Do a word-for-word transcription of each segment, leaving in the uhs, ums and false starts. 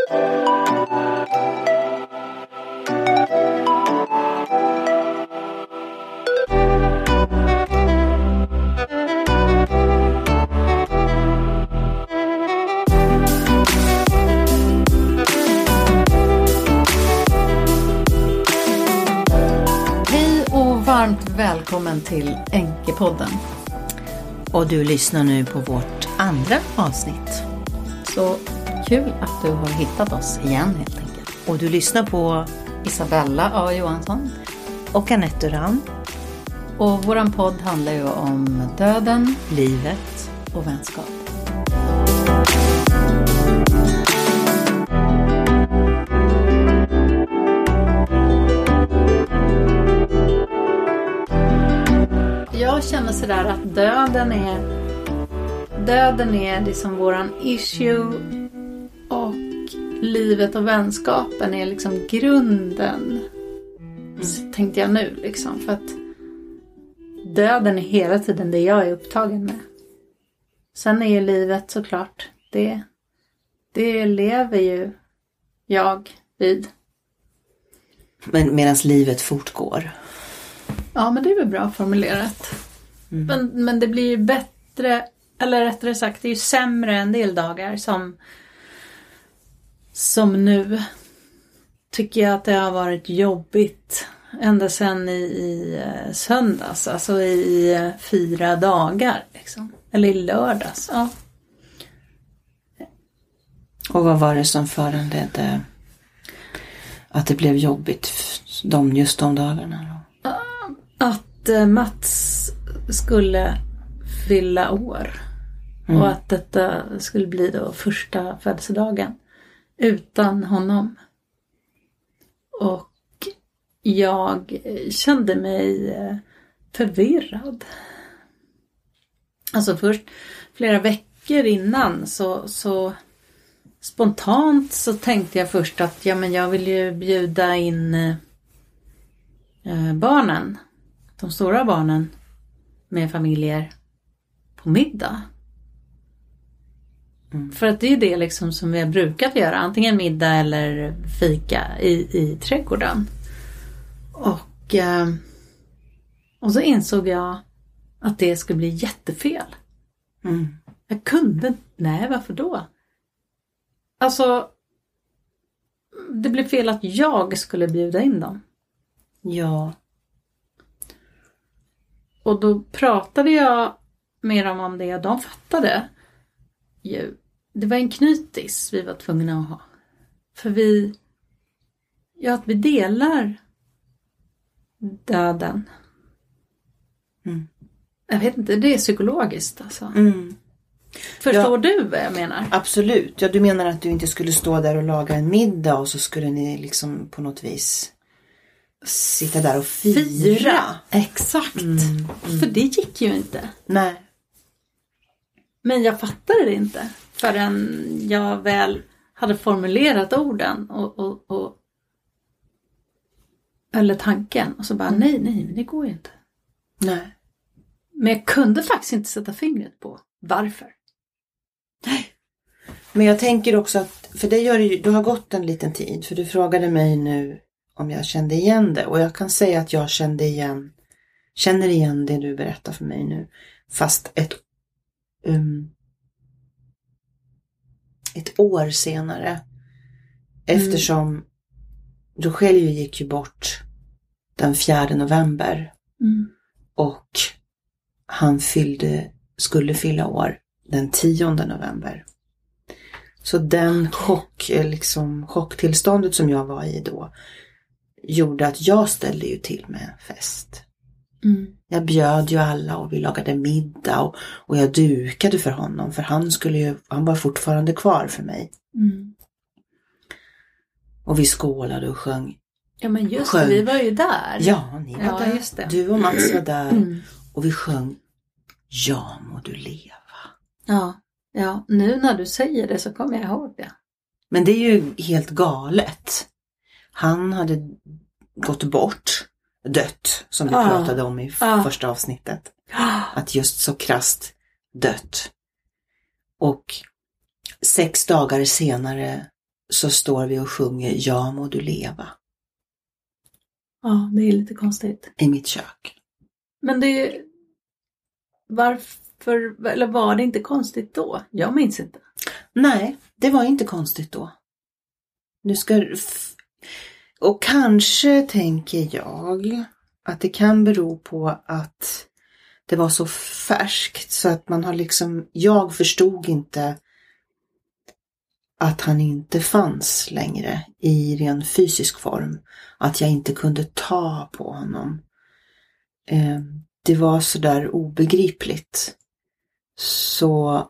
Varmt välkommen till Änkepodden. Och du lyssnar nu på vårt andra avsnitt. Så kul att du har hittat oss igen helt enkelt. Och du lyssnar på Isabella A. Johansson och Anette Duran. Och våran podd handlar ju om döden, livet och vänskap. Jag känner sådär att döden är döden är liksom våran issue och livet och vänskapen är liksom grunden. Så tänkte jag nu liksom, för att döden är hela tiden det jag är upptagen med. Sen är ju livet såklart, det, det lever ju jag vid. Men medans livet fortgår. Ja, men det är väl bra formulerat. Mm. Men, men det blir ju bättre, eller rättare sagt, det är ju sämre en del dagar som, som nu. Tycker jag att det har varit jobbigt ända sedan i, i söndags, alltså i fyra dagar liksom. Eller i lördags, ja. Och vad var det som föranledde att det blev jobbigt de, just de dagarna då? Att Mats skulle fylla år. Mm. Och att detta skulle bli då första födelsedagen utan honom. Och jag kände mig förvirrad. Alltså först flera veckor innan så, så spontant så tänkte jag först att ja, men jag vill ju bjuda in eh, barnen. De stora barnen med familjer på middag. Mm. För att det är det liksom som vi har brukat göra. Antingen middag eller fika i, i trädgården. Och, eh, och så insåg jag att det skulle bli jättefel. Mm. Jag kunde inte. Nej, varför då? Alltså, det blev fel att jag skulle bjuda in dem. Ja. Och då pratade jag med dem om det och de fattade ju. Det var en knytis vi var tvungna att ha. För vi, ja, att vi delar döden. Mm. Jag vet inte, det är psykologiskt alltså. Mm. Förstår ja, du vad jag menar? Absolut. Ja, du menar att du inte skulle stå där och laga en middag och så skulle ni liksom på något vis sitta där och fira. fira. Exakt. Mm, mm. För det gick ju inte. Nej. Men jag fattade det inte. Förrän jag väl hade formulerat orden. Och, och, och, eller tanken. Och så bara, mm. nej, nej, det går ju inte. Nej. Men jag kunde faktiskt inte sätta fingret på varför. Nej. Men jag tänker också att, för det gör ju, du har gått en liten tid. För du frågade mig nu om jag kände igen det. Och jag kan säga att jag kände igen, känner igen det du berättar för mig nu. Fast ett, um, ett år senare. Mm. Eftersom Rogelio gick ju bort den fjärde november. Mm. Och han fyllde, skulle fylla år den tionde november. Så den chock, liksom, chocktillståndet som jag var i då gjorde att jag ställde ju till med fest. Mm. Jag bjöd ju alla och vi lagade middag och, och jag dukade för honom. För han skulle ju, han var fortfarande kvar för mig. Mm. Och vi skålade och sjöng. Ja, men just sjöng. Det, vi var ju där. Ja, ni var ja, där. Just det. Du och Mats var där. Mm. Och vi sjöng Ja må du leva. Ja, ja, nu när du säger det så kommer jag ihåg det. Men det är ju helt galet. Han hade gått bort, dött, som vi ah. pratade om i ah. första avsnittet. Att just så krasst dött. Och sex dagar senare så står vi och sjunger Ja må du leva. Ja, det är lite konstigt. I mitt kök. Men det... Varför... Eller var det inte konstigt då? Jag minns inte. Nej, det var inte konstigt då. Nu ska... Och kanske tänker jag att det kan bero på att det var så färskt så att man har liksom... Jag förstod inte att han inte fanns längre i ren fysisk form. Att jag inte kunde ta på honom. Eh, det var så där obegripligt. Så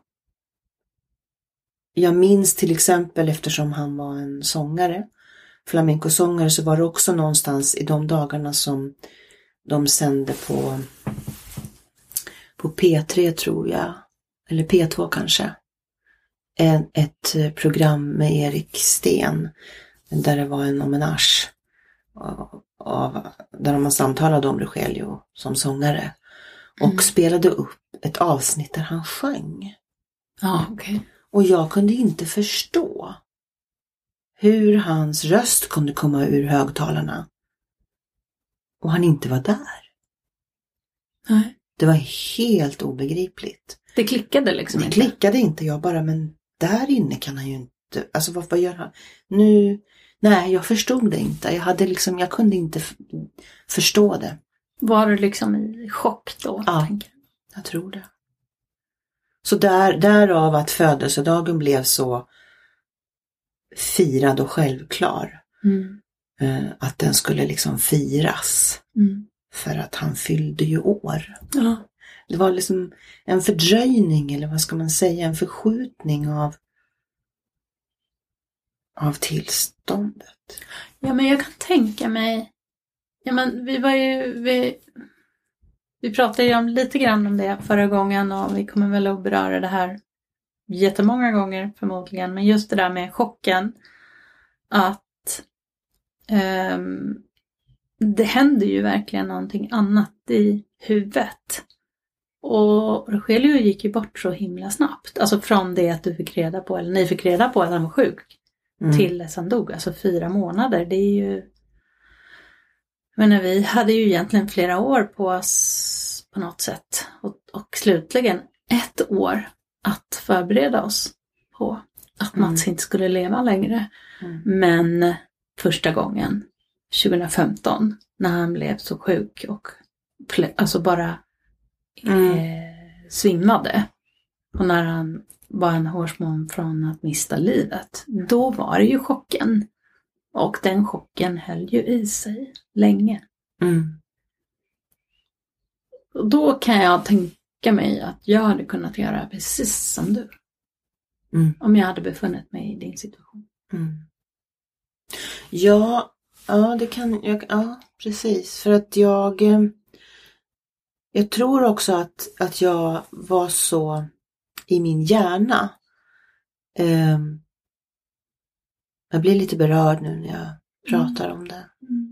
jag minns till exempel, eftersom han var en sångare, flamencosångare, så var det också någonstans i de dagarna som de sände på, på P tre tror jag, eller P två kanske. En, ett program med Erik Sten där det var en hommage av, av, där man samtalade om Rogelio som sångare och mm. spelade upp ett avsnitt där han sjöng. Ja, okej. Okay. Och jag kunde inte förstå hur hans röst kunde komma ur högtalarna och han inte var där. Nej. Det var helt obegripligt. Det klickade liksom det inte? Det klickade inte, jag bara, men där inne kan han ju inte, alltså vad, vad gör han? Nu, nej jag förstod det inte, jag hade liksom, jag kunde inte f- förstå det. Var du liksom i chock då? Ja, tänker jag. jag tror det. Så där, därav att födelsedagen blev så firad och självklar. Mm. Eh, att den skulle liksom firas. Mm. För att han fyllde ju år. Ja. Det var liksom en fördröjning, eller vad ska man säga, en förskjutning av av tillståndet. Ja, men jag kan tänka mig, ja men vi var ju, vi, vi pratade ju om lite grann om det förra gången och vi kommer väl att beröra det här jättemånga gånger förmodligen, men just det där med chocken att um, det händer ju verkligen någonting annat i huvudet. Och Rogelio gick ju bort så himla snabbt. Alltså från det att du fick reda på, eller ni fick reda på att han var sjuk. Mm. Till dess han dog. Alltså fyra månader. Det är ju... Men vi hade ju egentligen flera år på oss på något sätt. Och, och slutligen ett år att förbereda oss på att Mats mm. inte skulle leva längre. Mm. Men första gången tjugohundrafemton när han blev så sjuk och plö- alltså bara mm. eh, svimmade och när han var en hårsmån från att mista livet, då var det ju chocken och den chocken höll ju i sig länge. Mm. Och då kan jag tänka mig att jag hade kunnat göra precis som du mm. om jag hade befunnit mig i din situation. Mm. Ja, ja det kan jag, ja precis, för att jag jag tror också att, att jag var så i min hjärna. Eh, jag blir lite berörd nu när jag pratar mm. om det. Mm.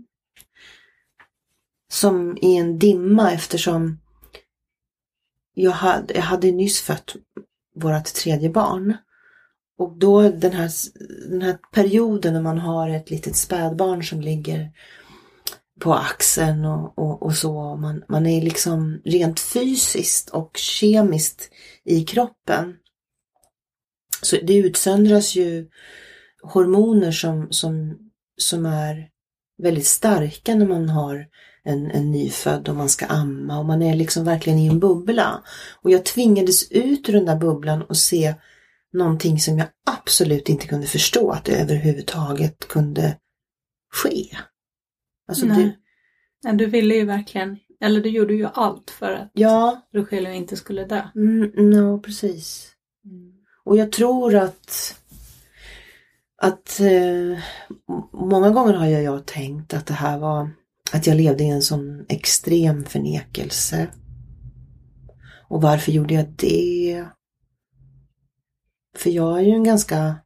Som i en dimma, eftersom jag hade, jag hade nyss fött vårt tredje barn. Och då den här, den här perioden när man har ett litet spädbarn som ligger på axeln och, och, och så. Man, man är liksom rent fysiskt och kemiskt i kroppen. Så det utsöndras ju hormoner som, som, som är väldigt starka när man har en, en nyfödd och man ska amma. Och man är liksom verkligen i en bubbla. Och jag tvingades ut ur den där bubblan och se någonting som jag absolut inte kunde förstå att det överhuvudtaget kunde ske. Alltså Nej. det... Ja, du ville ju verkligen, eller du gjorde ju allt för att ja. Rogelio inte skulle dö. Mm, no, precis. Mm. Och jag tror att att eh, många gånger har jag, jag tänkt att det här var att jag levde i en sån extrem förnekelse. Och varför gjorde jag det? För jag är ju en ganska,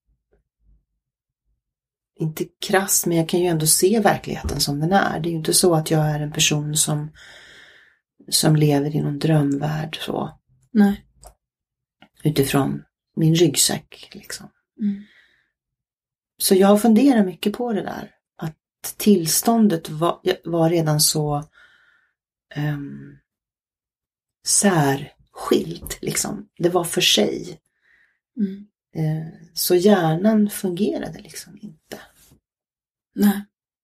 inte krass, men jag kan ju ändå se verkligheten som den är. Det är ju inte så att jag är en person som som lever i någon drömvärld så. Nej. Utifrån min ryggsäck liksom. Mm. så jag funderar mycket på det där. Att tillståndet var, var redan så um, särskilt. Liksom. Det var för sig. Mm. Uh, så hjärnan fungerade liksom inte. Nej.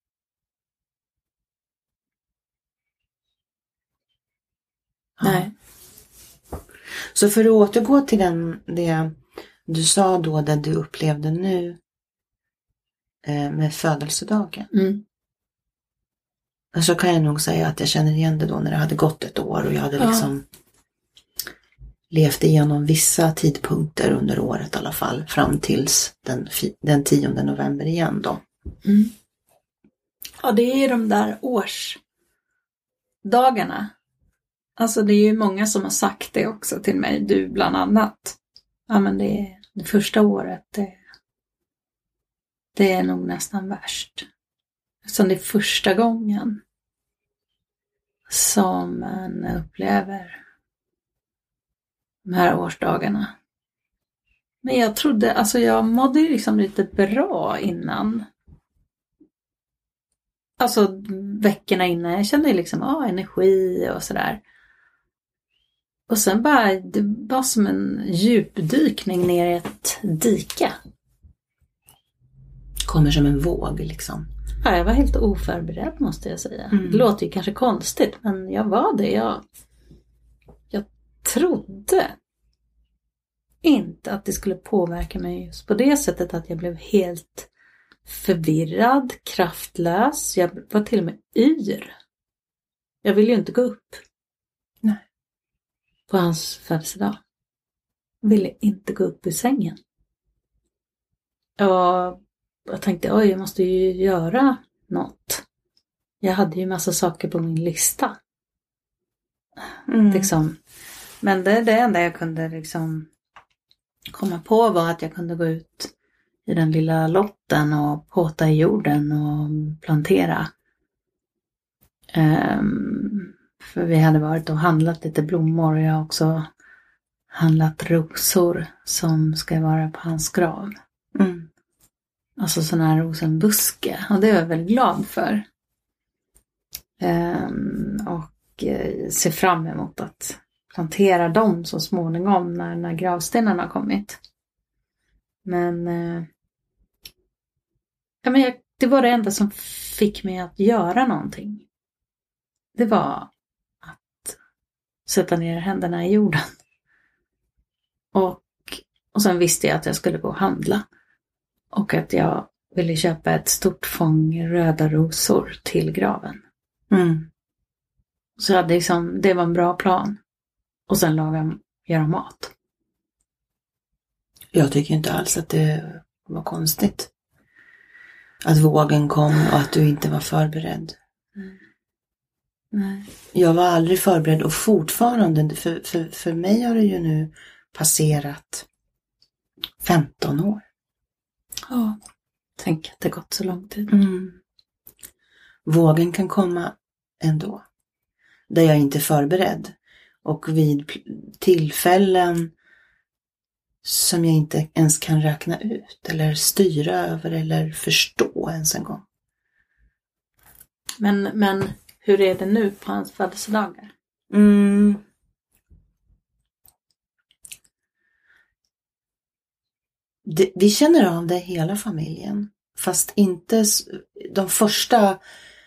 Ja. Nej. Så för att återgå till den, det du sa då, det du upplevde nu eh, med födelsedagen. Mm. Så kan jag nog säga att jag känner igen det då när det hade gått ett år och jag hade liksom ja. levt igenom vissa tidpunkter under året i alla fall. Fram tills den, den tionde november igen då. Mm. Ja, det är ju de där årsdagarna. Alltså det är ju många som har sagt det också till mig, du bland annat. Ja, men det är det första året, det, det är nog nästan värst. Som det är första gången som man upplever de här årsdagarna. Men jag trodde, alltså jag mådde ju liksom lite bra innan. Alltså veckorna innan, jag kände liksom ah, energi och sådär. Och sen bara, det var som en djupdykning ner i ett dike. Kommer som en våg liksom. Ja, jag var helt oförberedd måste jag säga. Mm. Det låter ju kanske konstigt, men jag var det. Jag, jag trodde inte att det skulle påverka mig just på det sättet att jag blev helt förvirrad, kraftlös. Jag var till och med yr. Jag ville ju inte gå upp. Nej. På hans födelsedag. Jag ville inte gå upp ur sängen. Och jag tänkte, oj, jag måste ju göra något. Jag hade ju massa saker på min lista. Mm. Liksom. Men det, det enda jag kunde liksom komma på var att jag kunde gå ut i den lilla lotten och påta i jorden och plantera. Um, för vi hade varit och handlat lite blommor och jag har också handlat rosor som ska vara på hans grav. Mm. Alltså sån här rosenbuske. Och det är jag väldigt glad för. Um, och uh, ser fram emot att plantera dem så småningom när, när gravstenarna har kommit. Men, uh, ja, men jag, det var det enda som fick mig att göra någonting. Det var att sätta ner händerna i jorden. Och, och sen visste jag att jag skulle gå och handla. Och att jag ville köpa ett stort fång röda rosor till graven. Mm. Så jag hade liksom, det var en bra plan. Och sen laga, göra mat. Jag tycker inte alls att det var konstigt. Att vågen kom och att du inte var förberedd. Mm. Nej. Jag var aldrig förberedd och fortfarande, för, för, för mig har det ju nu passerat femton år. Ja, tänk att det gått så lång tid. Mm. Vågen kan komma ändå. Där jag inte är förberedd. Och vid tillfällen som jag inte ens kan räkna ut. Eller styra över eller förstå ens en gång. Men, men hur är det nu på hans födelsedagar? Mm. Det, vi känner av det hela familjen. Fast inte de första,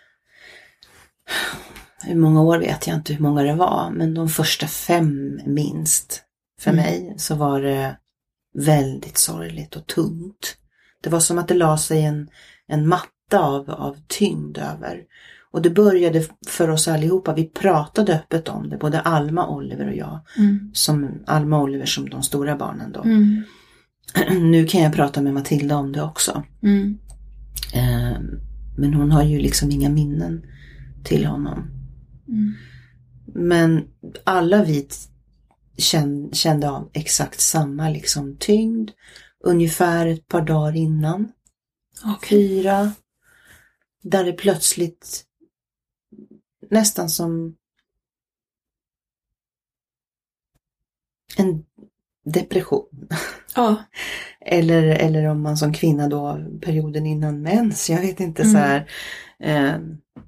hur många år vet jag inte hur många det var. Men de första fem minst för mm. mig så var det väldigt sorgligt och tungt. Det var som att det la sig en, en matta av, av tyngd över. Och det började för oss allihopa. Vi pratade öppet om det. Både Alma, Oliver och jag. Mm. Som Alma och Oliver som de stora barnen då. Mm. Nu kan jag prata med Matilda om det också. Mm. Eh, men hon har ju liksom inga minnen till honom. Mm. Men alla vi kände, kände av exakt samma liksom tyngd. Ungefär ett par dagar innan. Okay. Fyra. Där det plötsligt nästan som en depression. Ja. Eller, eller om man som kvinna då perioden innan mens. Jag vet inte mm. så här. Eh,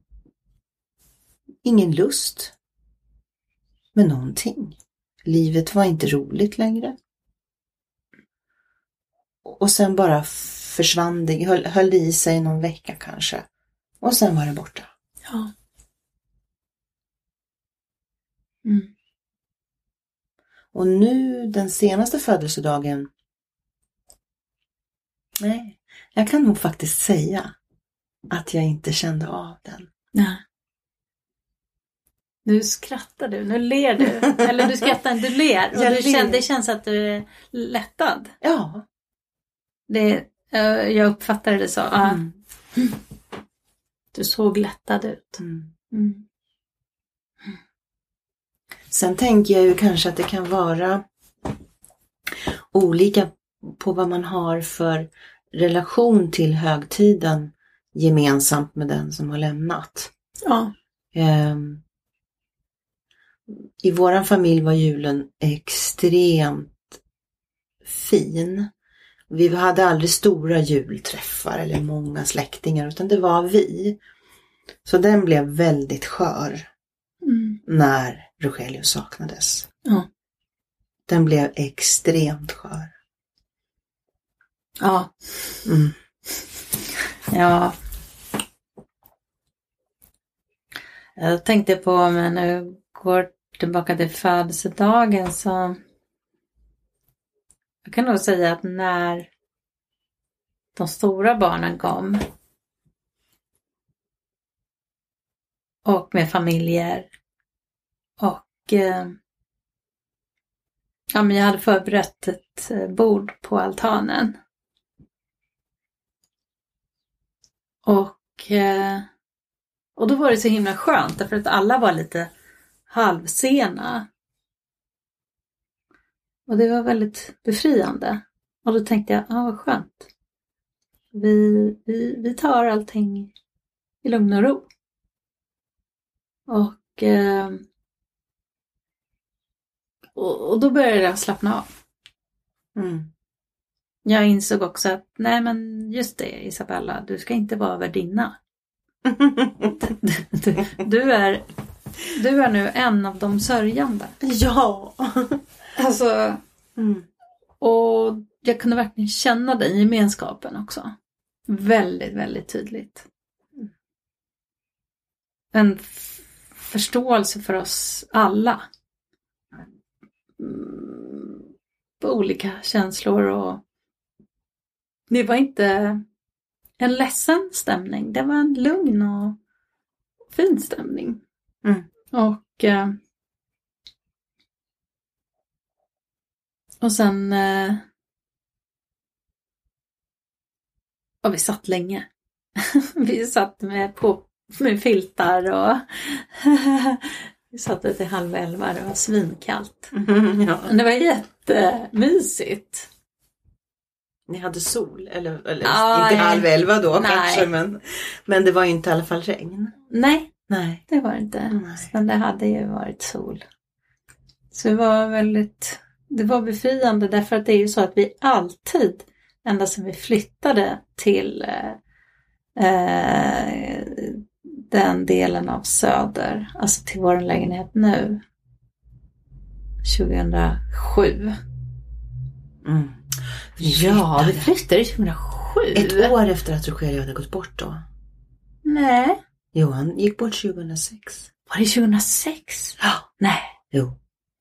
ingen lust med någonting. Livet var inte roligt längre. Och sen bara försvann det. Höll, höll det i sig någon vecka kanske. Och sen var det borta. Ja. Mm. Och nu den senaste födelsedagen. Nej, jag kan nog faktiskt säga att jag inte kände av den. Nej. Nu skrattar du, nu ler du. Eller du skrattar inte, du ler. Och du känner, det känns att du är lättad. Ja. Det, jag uppfattade det så. Mm. Du såg lättad ut. Mm. Mm. Sen tänker jag ju kanske att det kan vara olika på vad man har för relation till högtiden gemensamt med den som har lämnat. Ja. Um, I våran familj var julen extremt fin. Vi hade aldrig stora julträffar eller många släktingar, utan det var vi. Så den blev väldigt skör mm. när Rogelio saknades. Ja. Den blev extremt skör. Ja. Mm. Ja. Jag tänkte på, men nu går tillbaka till födelsedagen, så jag kan nog säga att när de stora barnen kom och med familjer och eh, ja, men jag hade förberett ett bord på altanen och eh, och då var det så himla skönt därför att alla var lite halvsena. Och det var väldigt befriande. Och då tänkte jag, ja ah, vad skönt. Vi, vi, vi tar allting i lugn och ro. Och, eh, och, och då började jag slappna av. Mm. Jag insåg också att, nej men just det Isabella, du ska inte vara värdinna. du, du, du, är, du är nu en av de sörjande. Ja. Alltså, mm. och jag kunde verkligen känna den gemenskapen också. Väldigt, väldigt tydligt. En f- förståelse för oss alla. Mm, på olika känslor och det var inte en ledsen stämning. Det var en lugn och fin stämning. Mm. Och eh, och sen eh, och vi satt länge. Vi satt med på med filtar och vi satt till halv elva. Det var svinkallt. Mm, ja. Men det var jättemysigt. Ni hade sol, eller, eller Aj, inte halv elva då nej. kanske, men, men det var ju inte i alla fall regn. Nej, nej. det var det inte. Nej. Men det hade ju varit sol. Så det var väldigt, det var befriande därför att det är ju så att vi alltid, ända sedan vi flyttade till eh, den delen av Söder, alltså till vår lägenhet nu, tjugohundrasju. Mm. Ja, vi flyttade tjugohundrasju. Ett år efter att Rogelio hade gått bort då. Nej. Jo, han gick bort tjugohundrasex. Var det tjugohundrasex? Ja. Nej. Jo.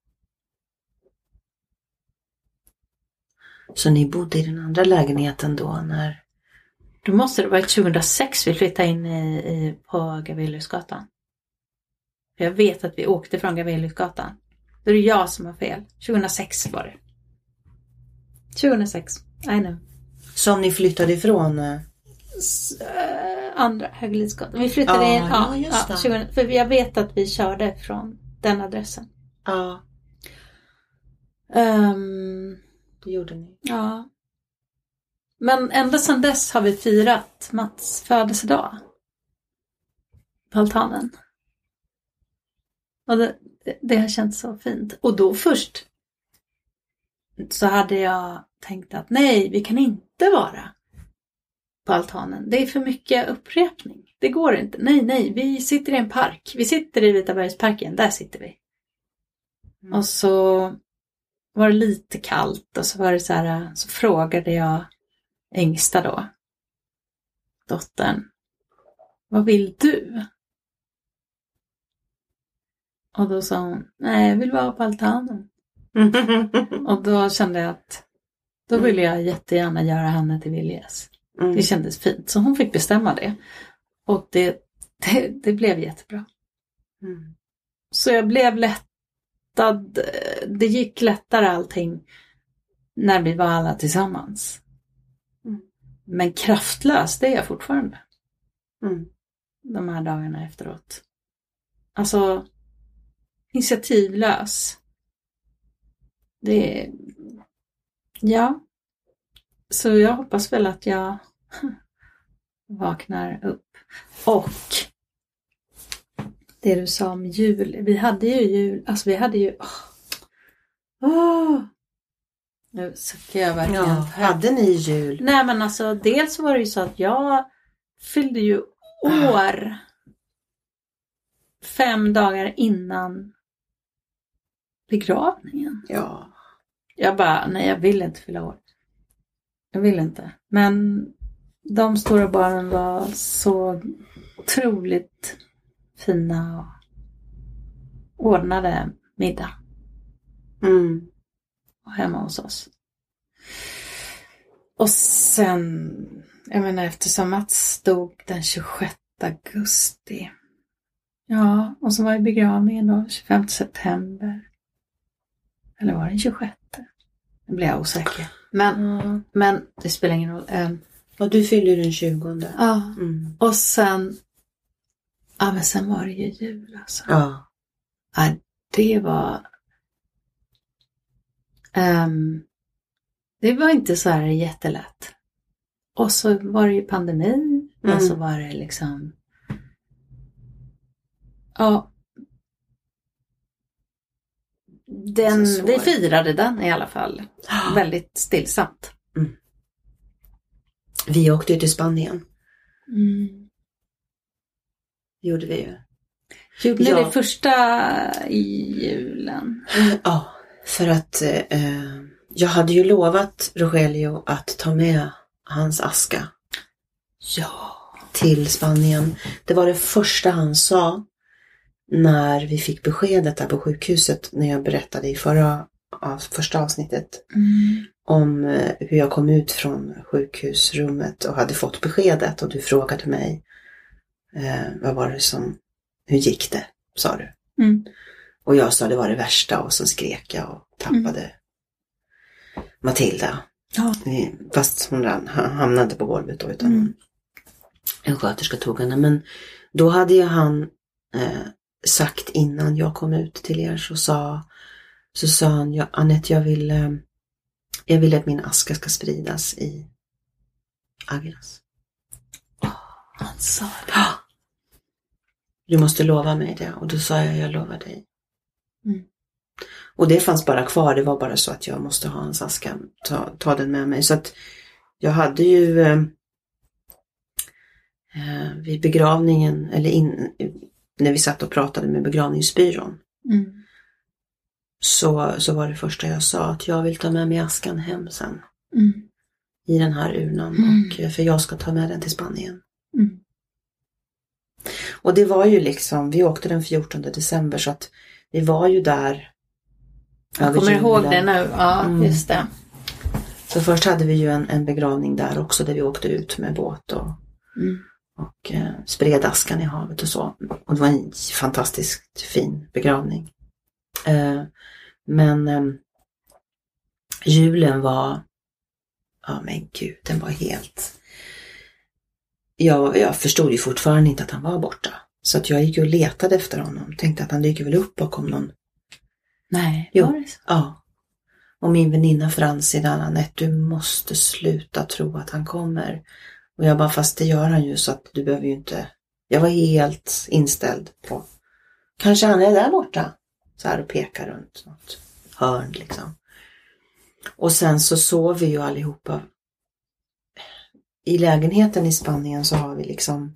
Så ni bodde i den andra lägenheten då när... Då måste det vara tjugohundrasex vi flyttade in i, i, på Gaveliusgatan. Jag vet att vi åkte från Gaveliusgatan. Det är jag som har fel. tjugohundrasex var det. tjugohundrasex, I know. Som ni flyttade ifrån? S- äh, andra Höglidsgatan. Vi flyttade ja, in, ja, just ja, det. tjugo, för jag vet att vi körde från den adressen. Ja. Um, Det gjorde ni. ja. Men ända sedan dess har vi firat Mats födelsedag. På altanen. Och det, det, det har känts så fint. Och då först så hade jag tänkt att nej, vi kan inte vara på altanen. Det är för mycket upprepning. Det går inte. Nej, nej, vi sitter i en park. Vi sitter i Vitabergsparken, där sitter vi. Mm. Och så var det lite kallt och så var det så här, så frågade jag Ängsta då, dottern, vad vill du? Och då sa hon, nej, jag vill vara på altanen. Och då kände jag att då ville jag jättegärna göra henne till viljes. Mm. Det kändes fint. Så hon fick bestämma det. Och det, det, det blev jättebra. Mm. Så jag blev lättad. Det gick lättare allting när vi var alla tillsammans. Mm. Men kraftlös, det är jag fortfarande. Mm. De här dagarna efteråt. Alltså, initiativlös. Det är... Ja. Så jag hoppas väl att jag vaknar upp. Och det du sa om jul. Vi hade ju jul. Alltså vi hade ju... Åh. Oh. Nu suckar jag verkligen. Ja, hade ni jul? Nej, men alltså dels var det ju så att jag fyllde ju år fem dagar innan begravningen. Ja. Jag bara, nej, jag vill inte fylla år. Jag vill inte. Men de stora barnen var så otroligt fina och ordnade middag. Mm. Och hemma hos oss. Och sen, jag menar, eftersom Mats dog den tjugosjätte augusti. Ja, och så var det begravningen då, tjugofemte september. Eller var det den tjugosjätte? Nu blir jag osäker. Men, mm. men det spelar ingen roll. Um, ja, du fyller den tjugonde. Ja, mm. Och sen, ja men sen var det ju jul alltså. Ja. Ja, det var, um, det var inte så här jättelätt. Och så var det ju pandemi. Mm. Och så var det liksom, ja. Den, vi firade den i alla fall. Oh. Väldigt stillsamt. Mm. Vi åkte ju till Spanien. Mm. Gjorde vi ju. Gjorde ni ja. det första i julen? Ja, för att eh, jag hade ju lovat Rogelio att ta med hans aska. Ja. Till Spanien. Det var det första han sa. När vi fick beskedet där på sjukhuset, när jag berättade i förra, första avsnittet mm. om hur jag kom ut från sjukhusrummet och hade fått beskedet, och du frågade mig eh, vad var det som, hur gick det, sa du. Mm. Och jag sa det var det värsta, och så skrek jag och tappade mm. Matilda. Ja. Fast hon hamnade inte på golvet då, utan mm. en sköterska tog henne. Men då hade ju han eh, sagt innan jag kom ut till er, så sa så sa han, ja, Anette, jag vill eh, jag vill att min aska ska spridas i Agras. Oh, han sa det. Ja. Du måste lova mig det. Och då sa jag, jag lovar dig. Mm. Och det fanns bara kvar. Det var bara så att jag måste ha hans aska, ta, ta den med mig. Så att jag hade ju eh, eh, vid begravningen, eller in, när vi satt och pratade med begravningsbyrån, mm. så, så var det första jag sa att jag vill ta med mig askan hem sen. Mm. I den här urnan. Mm. Och, för jag ska ta med den till Spanien. Mm. Och det var ju liksom, vi åkte den fjortonde december, så att vi var ju där. Jag kommer ihåg det nu, ja mm. just det. Så först hade vi ju en, en begravning där också, där vi åkte ut med båt och, mm. och eh, spred askan i havet och så. Och det var en fantastiskt fin begravning. Eh, men eh, julen var, ja men gud, den var helt... Jag, jag förstod ju fortfarande inte att han var borta. Så att jag gick och letade efter honom. Tänkte att han dyker väl upp bakom någon. Nej, jo, var det så? Ja. Och min väninna Fransida, Anette, du måste sluta tro att han kommer. Och jag bara, fast det gör han ju, så att du behöver ju inte... Jag var helt inställd på... Kanske han är där borta. Så här och pekar runt något hörn liksom. Och sen så sov vi ju allihopa. I lägenheten i Spanien så har vi liksom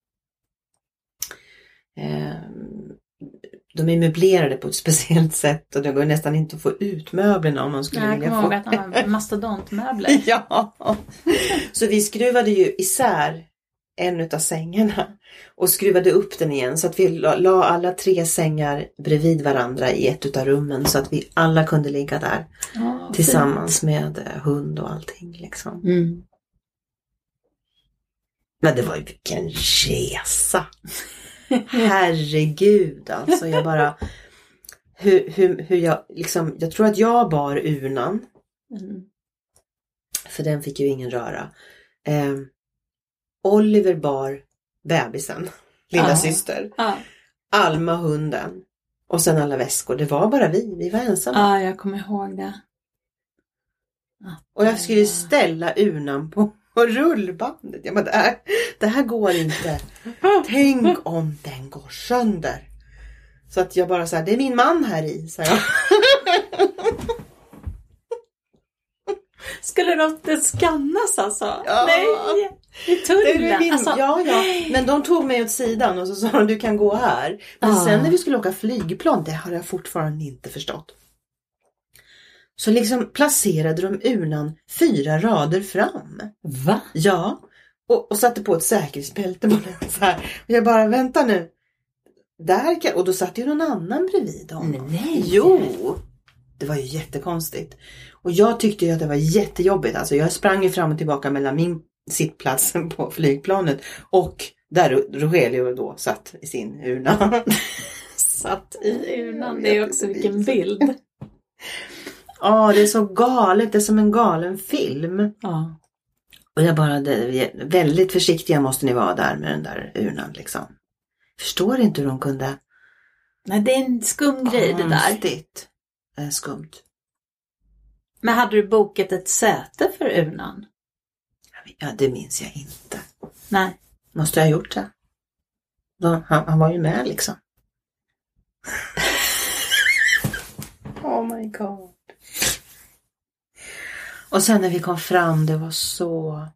eh, de är möblerade på ett speciellt sätt och det går nästan inte att få ut möblerna om man skulle jag vilja få. Jag kommer ihåg att han har mastodontmöbler. Ja, så vi skruvade ju isär en utav sängarna och skruvade upp den igen så att vi la, la alla tre sängar bredvid varandra i ett utav rummen så att vi alla kunde ligga där oh, tillsammans fint. Med hund och allting liksom. Mm. Men det var ju vilken resa. Herregud alltså, jag bara hur, hur, hur jag liksom, jag tror att jag bar urnan mm. för den fick ju ingen röra. eh, Oliver bar bebisen, lilla ah. syster ah. Alma hunden och sen alla väskor, det var bara vi, vi var ensamma. Ja, ah, jag kommer ihåg det. Ah, och jag skulle ställa urnan på och rullbandet. Jag bara, det, här, det här går inte. Tänk om den går sönder. Så att jag bara så här, det är min man här i, så jag. Skulle de inte skannas alltså? Ja. Nej, i tullen. Min, alltså, ja, ja. Men de tog mig åt sidan och så sa de, du kan gå här. Men ah. sen när vi skulle åka flygplan, det har jag fortfarande inte förstått. Så liksom placerade de urnan fyra rader fram. Va? Ja. Och, och satte på ett säkerhetsbälte på den så här. Och jag bara, vänta nu. Där kan... Och då satt ju någon annan bredvid honom. Nej. Jo. Det var ju jättekonstigt. Och jag tyckte ju att det var jättejobbigt. Alltså jag sprang ju fram och tillbaka mellan min sittplats på flygplanet. Och där Rogelio då satt i sin urna. Satt i urnan. Det är också vilken bild. Ja, det är så galet. Det är som en galen film. Ja. Och jag bara, det, väldigt försiktiga måste ni vara där med den där urnan liksom. Förstår inte hur de kunde. Nej, det är en skum grej det där. Konstigt. Eh, skumt. Men hade du bokat ett säte för urnan? Ja, det minns jag inte. Nej. Måste jag ha gjort det? Då, han, han var ju med liksom. Oh my god. Och sen när vi kom fram, det var så...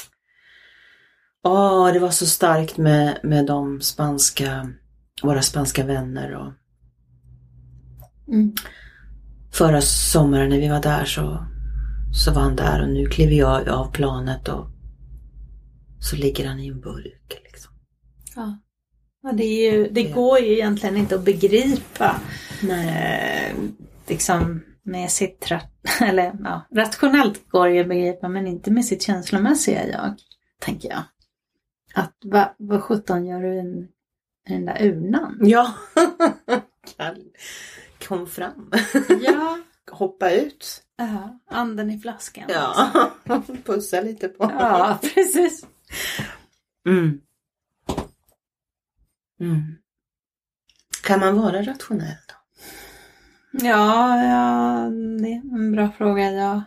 Åh, oh, det var så starkt med, med de spanska, våra spanska vänner. Och... Mm. Förra sommaren när vi var där så, så var han där och nu kliver jag av planet och så ligger han i en burk liksom. Ja, ja det, är ju, det går ju egentligen inte att begripa. Nej. Eh, liksom med sitt tra- eller ja, rationellt går det ju att begripa men inte med sitt känslomässiga jag, tänker jag. Att vad va sjutton gör du i den, den där urnan? Ja. Kom fram. Ja. Hoppa ut. Ja, anden i flaskan. Ja, pussa lite på. Ja, precis. Mm. Mm. Kan man vara rationell då? Ja, ja, det är en bra fråga. Ja.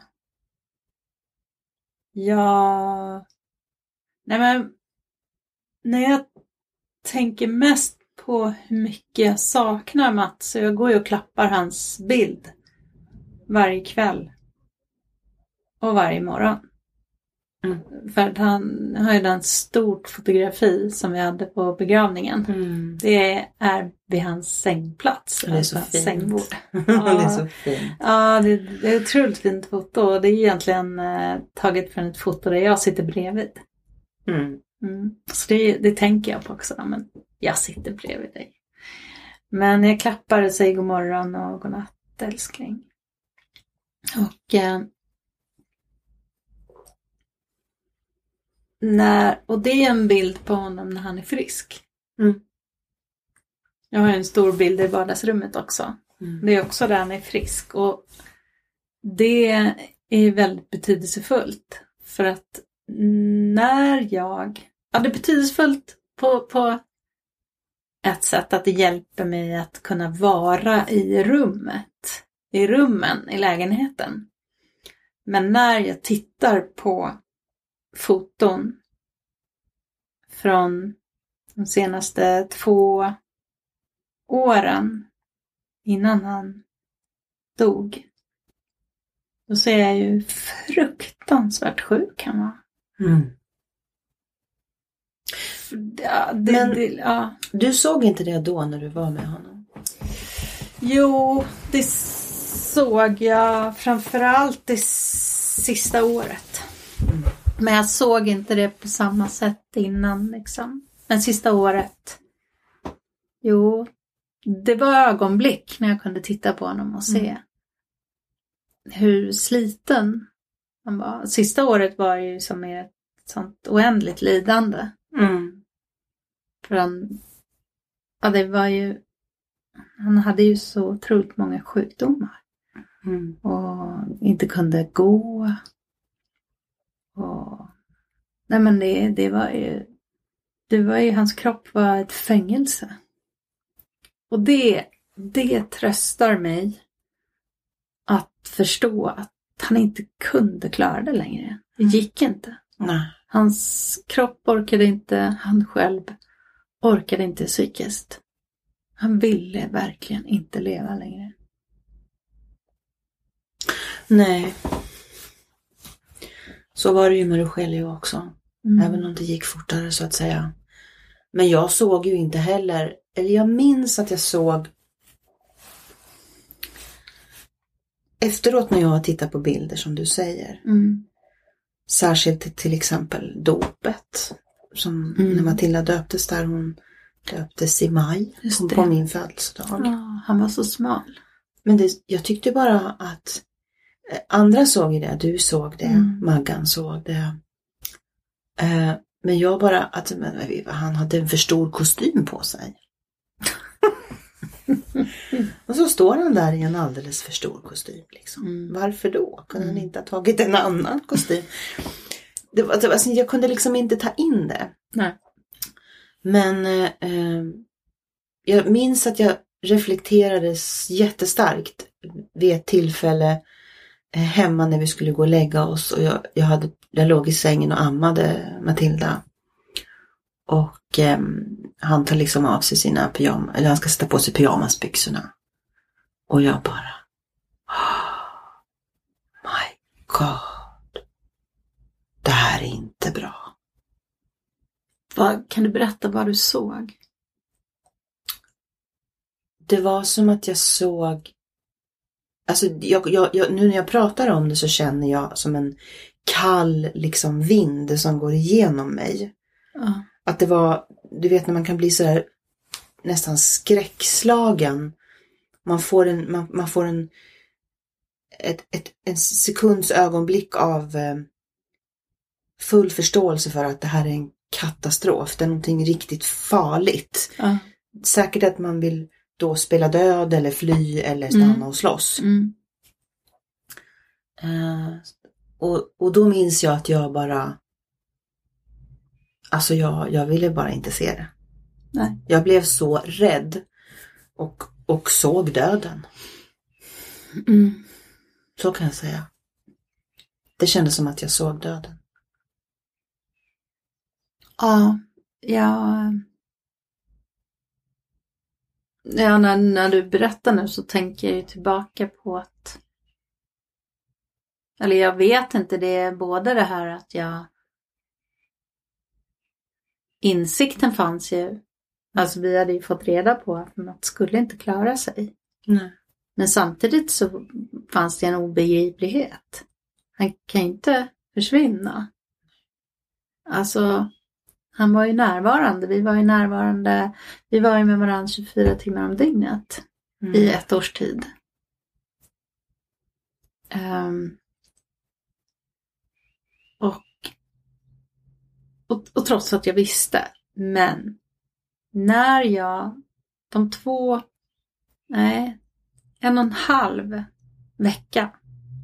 Ja. Nej men, när jag tänker mest på hur mycket jag saknar Mats, så jag går ju och klappar hans bild varje kväll och varje morgon. Mm. För att han har ju den stort fotografi som vi hade på begravningen. Mm. Det är vid hans sängplats. Det är så fint. Sängbord. Ja. Det är så fint. Ja, det, det är ett otroligt fint foto. Det är egentligen eh, taget från ett foto där jag sitter bredvid. Mm. Mm. Så det, det tänker jag på också. Men jag sitter bredvid dig. Men jag klappar och säger god morgon och god natt, älskling. Och eh, när, och det är en bild på honom när han är frisk. Mm. Jag har en stor bild i vardagsrummet också. Mm. Det är också där han är frisk. Och det är väldigt betydelsefullt. För att när jag... Ja, det är betydelsefullt på, på ett sätt att det hjälper mig att kunna vara i rummet. I rummen, i lägenheten. Men när jag tittar på foton från de senaste två åren innan han dog, Och så är jag ju fruktansvärt sjuk kan man. Mm. Ja, det, Men det, ja. Du såg inte det då när du var med honom? Jo, det såg jag framförallt det sista året. Mm. Men jag såg inte det på samma sätt innan liksom. Men sista året, jo, det var ögonblick när jag kunde titta på honom och se mm. hur sliten han var. Sista året var ju som ett sånt oändligt lidande. Mm. För han, ja det var ju, han hade ju så otroligt många sjukdomar. Mm. Och inte kunde gå. Och, nej men det, det var ju, det var ju, hans kropp var ett fängelse. Och det, det tröstar mig att förstå att han inte kunde klara det längre. Det gick inte. Nej. Hans kropp orkade inte, han själv orkade inte psykiskt. Han ville verkligen inte leva längre. Nej. Så var det ju med Rogelio också. Mm. Även om det gick fortare så att säga. Men jag såg ju inte heller, eller jag minns att jag såg efteråt när jag tittar på bilder som du säger. Mm. Särskilt till exempel dopet. Som mm. när Matilda döptes där, hon döptes i maj på, på min födelsedag. Ja, han var så smal. Men det, jag tyckte bara att eh, andra såg det, du såg det, mm. Maggan såg det. Eh, men jag bara, att men, han hade en för stor kostym på sig. Och så står han där i en alldeles för stor kostym. Liksom. Mm. Varför då? Kunde mm. han inte ha tagit en annan kostym? Det var, det var, alltså, jag kunde liksom inte ta in det. Nej. Men eh, jag minns att jag reflekterade jättestarkt vid ett tillfälle eh, hemma när vi skulle gå och lägga oss. Och jag, jag, hade, jag låg i sängen och ammade Matilda. Och eh, han tar liksom av sig sina pyjamas, eller han ska sätta på sig pyjamasbyxorna. Och jag bara, oh, my God, det här är inte bra. Vad, kan du berätta vad du såg? Det var som att jag såg, alltså jag, jag, jag, nu när jag pratar om det så känner jag som en kall liksom vind som går igenom mig. Uh. Att det var, du vet när man kan bli så där nästan skräckslagen. Man får en, man, man får en, ett, ett, en sekunds ögonblick av eh, full förståelse för att det här är en katastrof. Det är någonting riktigt farligt. Uh. Säkert att man vill då spela död eller fly eller stanna mm. och slåss. Mm. Uh, och, och då minns jag att jag bara, alltså jag, jag ville bara inte se det. Nej. Jag blev så rädd och, och såg döden. Mm. Så kan jag säga. Det kändes som att jag såg döden. Ja, ja. Ja, när, när du berättar nu så tänker jag ju tillbaka på att, eller jag vet inte, det är både det här att jag, insikten fanns ju, alltså vi hade ju fått reda på att man skulle inte klara sig. Nej. Men samtidigt så fanns det en obegriplighet. Han kan inte försvinna. Alltså, han var ju närvarande. Vi var ju närvarande. Vi var ju med varandra tjugofyra timmar om dygnet. Mm. I ett års tid. Um, och, och, och trots att jag visste. Men när jag, de två, nej, en och en halv vecka.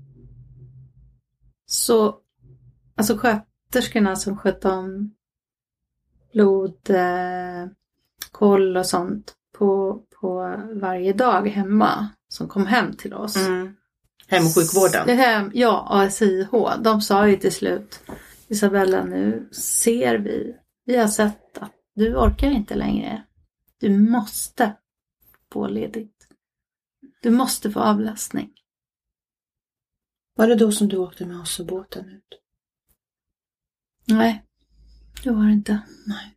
Så, alltså sköterskorna som skötte om blod, eh, koll och sånt på, på varje dag hemma som kom hem till oss. Mm. Hemsjukvården. Hem, ja, A S I H. De sa ju till slut, Isabella, nu ser vi, vi har sett att du orkar inte längre. Du måste få ledigt. Du måste få avlastning. Var det då som du åkte med oss och båten ut? Nej, det var det inte. Nej.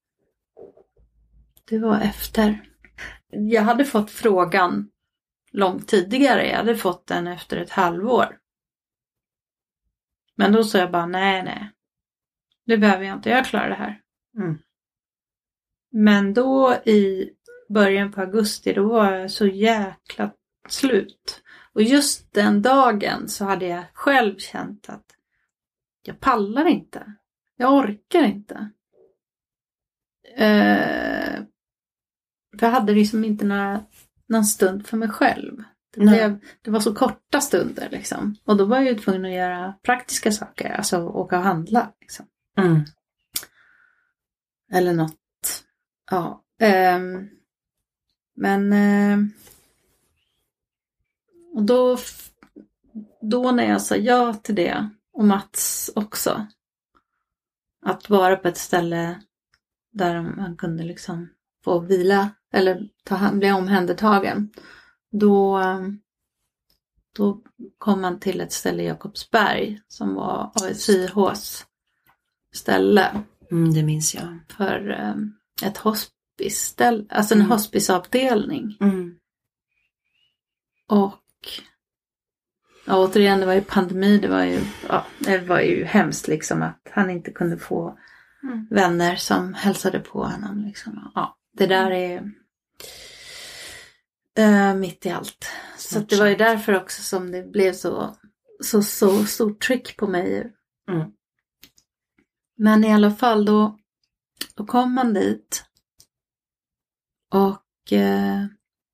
Det var efter. Jag hade fått frågan långt tidigare. Jag hade fått den efter ett halvår. Men då sa jag bara nej, nej. Det behöver jag inte. Jag klarar det här. Mm. Men då i början på augusti, då var jag så jäkla slut. Och just den dagen så hade jag själv känt att jag pallar inte. Jag orkar inte. Eh, för jag hade liksom inte några, någon stund för mig själv. Det, blev, det var så korta stunder liksom. Och då var jag ju tvungen att göra praktiska saker. Alltså åka och handla liksom. Mm. Eller något. Ja. Eh, men... Eh, och då... Då när jag sa ja till det. Och Mats också. Att vara på ett ställe där man kunde liksom få vila. Eller ta, bli omhändertagen. Då, då kom man till ett ställe i Jakobsberg. Som var A S I H:s ställe. Mm, det minns jag. För um, ett hospice-ställe. Alltså en mm. hospiceavdelning. Mm. Och ja, återigen, det var ju pandemi. Det var ju, ja, det var ju hemskt liksom att han inte kunde få mm. vänner som hälsade på honom. Liksom. Ja, det där är uh, mitt i allt. Så det var ju därför också som det blev så, så, så stort tryck på mig. Mm. Men i alla fall då, då kom man dit. Och eh,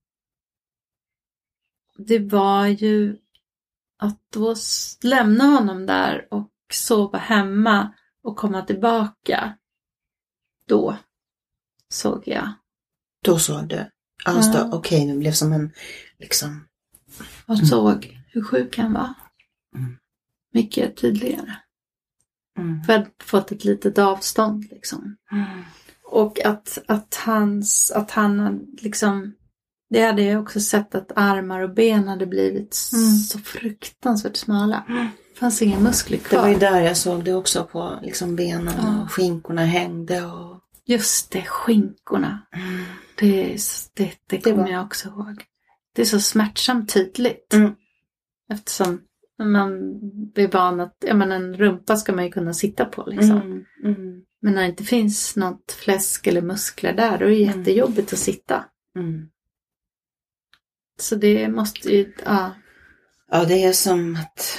det var ju att då lämna honom där och sova hemma och komma tillbaka. Då såg jag. Då såg du. Alltså, ja. Okej, okay, det blev som en liksom. Jag mm. såg hur sjuk han var. Mm. Mycket tydligare. Mm. För jag hade fått ett litet avstånd liksom. Mm. Och att, att, hans, att han liksom, det hade jag också sett att armar och ben hade blivit mm. så fruktansvärt smala. Mm. Det fanns inga muskler kvar. Det var ju där jag såg det också på liksom benen ja. Och skinkorna hängde. Och... Just det, skinkorna. Mm. Det, det, det kommer det var... jag också ihåg. Det är så smärtsamt tydligt. Mm. Eftersom man är van att, ja men en rumpa ska man ju kunna sitta på liksom. Mm. Mm. Men när det inte finns något fläsk eller muskler där, då är det jättejobbigt att sitta. Mm. Så det måste ju, ja. Ja, det är som att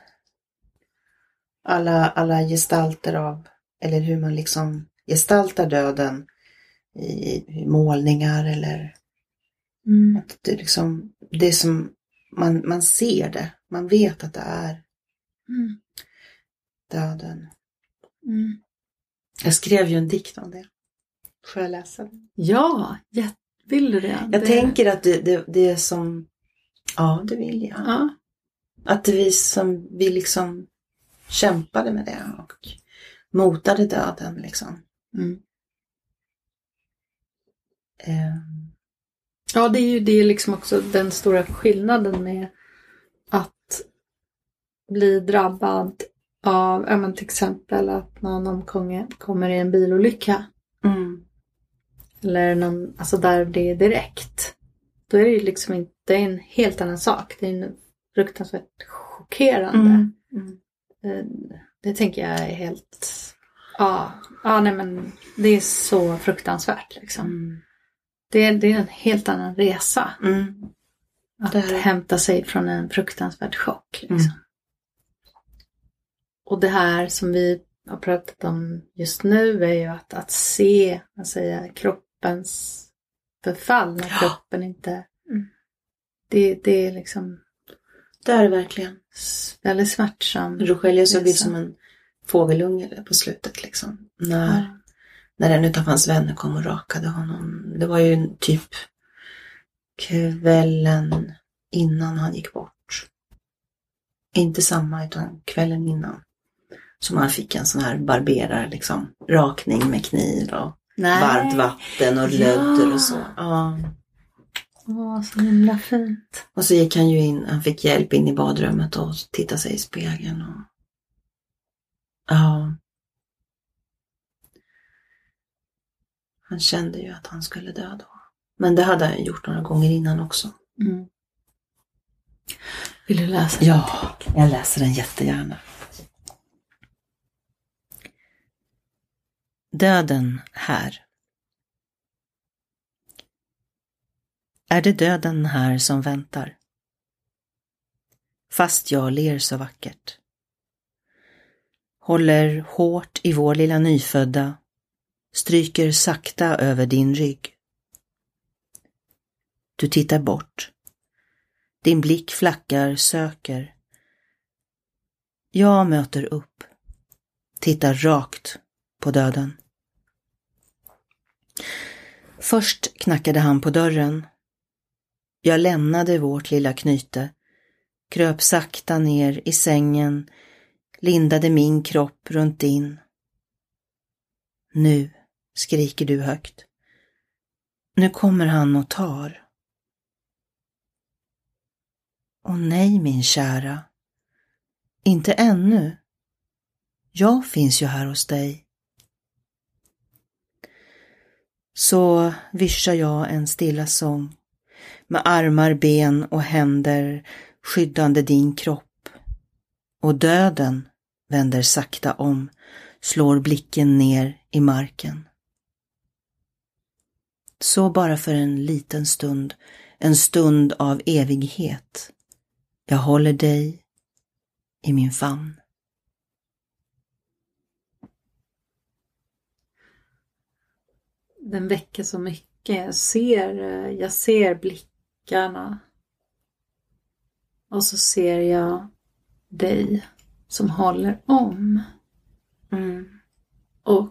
alla, alla gestalter av, eller hur man liksom gestaltar döden i, i målningar eller mm. att det liksom, det som man, man ser det, man vet att det är mm. döden. Mm. Jag skrev ju en dikt om det. Får jag läsa den? Ja, vill du det? Jag det... tänker att det, det, det är som, ja det vill jag. Ja. Att det vi som, vi liksom kämpade med det och motade döden liksom. Mm. Um. Ja, det är ju det liksom också den stora skillnaden med att bli drabbad av, ja men till exempel att någon omkommer kommer i en bilolycka. Mm. Eller någon, alltså där det är direkt. Då är det ju liksom inte, det är en helt annan sak. Det är en fruktansvärt chockerande. Mm. Mm. Det tänker jag är helt, ja, ja nej men det är så fruktansvärt liksom. Mm. Det är, det är en helt annan resa. Mm. Att det hämta sig från en fruktansvärd chock liksom. Mm. Och det här som vi har pratat om just nu är ju att, att se, att säga, kroppens förfall när ja. kroppen inte, mm. det, det är liksom, det är det verkligen väldigt smärtsam. Rogelio såg ut som en fågelunge på slutet liksom. När, ja. när en utav hans vänner kom och rakade honom. Det var ju typ kvällen innan han gick bort. Inte samma utan kvällen innan. Som han fick en sån här barberare liksom. Rakning med kniv och Nej. varmt vatten och lödder ja. och så. Ja. Åh, så himla fint. Och så gick han ju in, han fick hjälp in i badrummet och titta sig i spegeln. Och... Ja. Han kände ju att han skulle dö då. Men det hade han gjort några gånger innan också. Mm. Vill du läsa den? Ja, jag läser den jättegärna. Döden här. Är det döden här som väntar? Fast jag ler så vackert. Håller hårt i vår lilla nyfödda, stryker sakta över din rygg. Du tittar bort. Din blick flackar, söker. Jag möter upp. Tittar rakt på döden. Först knackade han på dörren. Jag lämnade vårt lilla knyte, kröp sakta ner i sängen, lindade min kropp runt din. Nu, skriker du högt. Nu kommer han och tar. Åh nej, min kära. Inte ännu. Jag finns ju här hos dig. Så vischar jag en stilla sång, med armar, ben och händer skyddande din kropp. Och döden vänder sakta om, slår blicken ner i marken. Så bara för en liten stund, en stund av evighet. Jag håller dig i min famn. Den väcker så mycket. Jag ser, jag ser blickarna. Och så ser jag dig som håller om. Mm. Och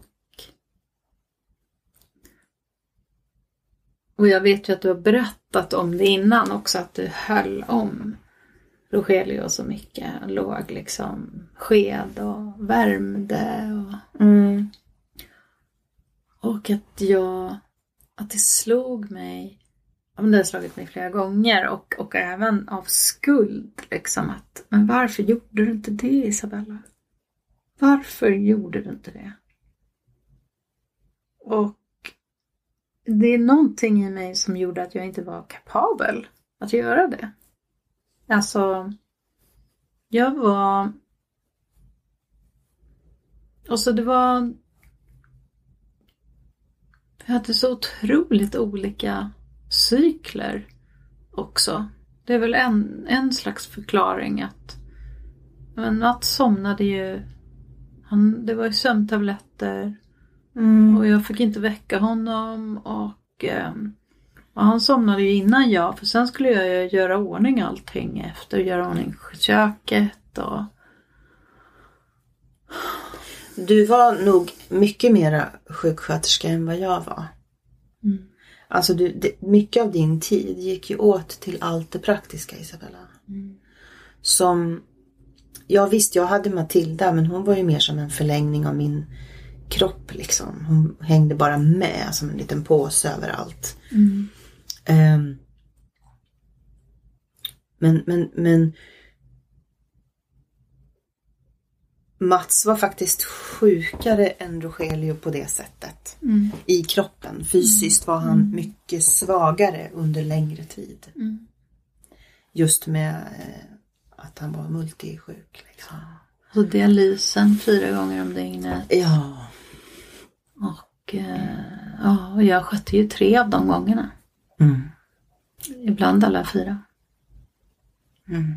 Och jag vet ju att du har berättat om det innan också, att du höll om Rogelio så mycket. Låg liksom sked och värmde. Och, Mm. och att jag, att det slog mig, ja, men det har slagit mig flera gånger. Och, och även av skuld liksom. Att, men varför gjorde du inte det, Isabella? Varför gjorde du inte det? Och det är någonting i mig som gjorde att jag inte var kapabel att göra det. Alltså, jag var... Och så det var... Jag hade så otroligt olika cykler också. Det är väl en, en slags förklaring att... Men Mats somnade ju... Han, det var ju sömntabletter. Mm. Och jag fick inte väcka honom. Och, eh, och han somnade ju innan jag. För sen skulle jag ju göra ordning allting efter. Göra ordning köket. Och... Du var nog mycket mera sjuksköterska än vad jag var. Mm. Alltså du, det, mycket av din tid gick ju åt till allt det praktiska, Isabella. Mm. Som... Jag visste, jag hade Matilda, men hon var ju mer som en förlängning av min kropp liksom. Hon hängde bara med som en liten påse överallt. Mm. Um, men, men, men Mats var faktiskt sjukare än Rogelio på det sättet. Mm. I kroppen. Fysiskt var han Mm. mycket svagare under längre tid. Mm. Just med eh, att han var multisjuk. Liksom. Så dialysen fyra gånger om dygnet. Ja. Och, eh, ja, och jag skötte ju tre av de gångerna. Mm. Ibland alla fyra. Mm.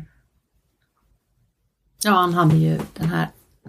Ja, han hade ju den här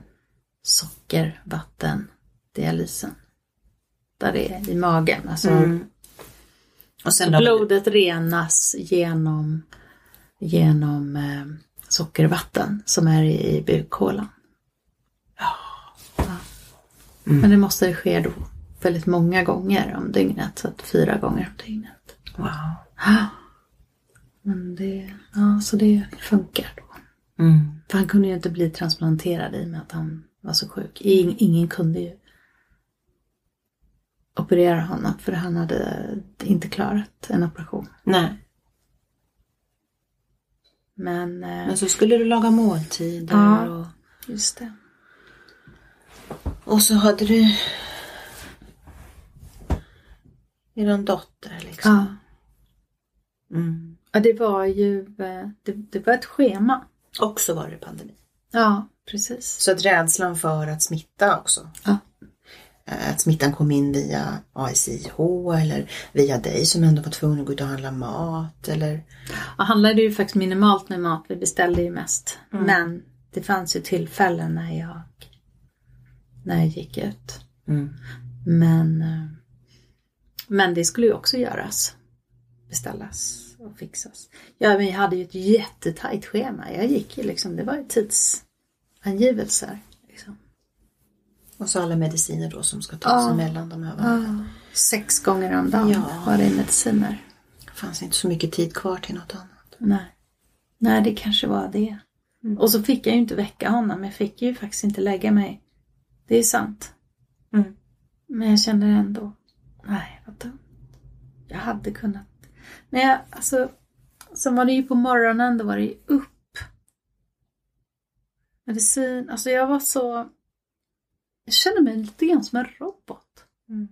sockervattendialysen. Där det är i magen. Alltså, Mm. Och sen blodet renas genom, genom eh, sockervatten som är i, i bukhålan. Ja. Mm. Men det måste ske då väldigt många gånger om dygnet. Så att fyra gånger om dygnet. Wow. Ja. Men det, ja, så det funkar då. Mm. För han kunde ju inte bli transplanterad i och med att han var så sjuk. Ingen kunde ju. operera honom. För han hade inte klarat en operation. Nej. Men, Men så skulle du laga måltider. Ja, och... just det. Och så hade du eran dotter liksom. Ja. Mm. Ja, det var ju det, det var ett schema. Och så var det pandemi. Ja, precis. Så att rädslan för att smitta också. Ja. Att smittan kom in via A S I H eller via dig som ändå var tvungen att gå ut och handla mat. Eller... Ja, handlade ju faktiskt minimalt med mat. Vi beställde ju mest. Mm. Men det fanns ju tillfällen när jag, när jag gick ut. Mm. Men, men det skulle ju också göras. Beställas och fixas. Ja, men jag hade ju ett jättetajt schema. Jag gick ju liksom, det var ju tidsangivelser. Liksom. Och så alla mediciner då som ska tas Ja. emellan de här varven. Ja. Sex gånger om dagen Ja. var det mediciner. Det fanns inte så mycket tid kvar till något annat. Nej. Nej, det kanske var det. Mm. Och så fick jag ju inte väcka honom. Jag fick ju faktiskt inte lägga mig. Det är sant. Mm. Men jag kände ändå, nej, vad dumt. Jag hade kunnat. Men jag, alltså, så var det ju på morgonen, då var det ju upp. Medicin, alltså jag var så, jag kände mig lite grann som en robot. Mm.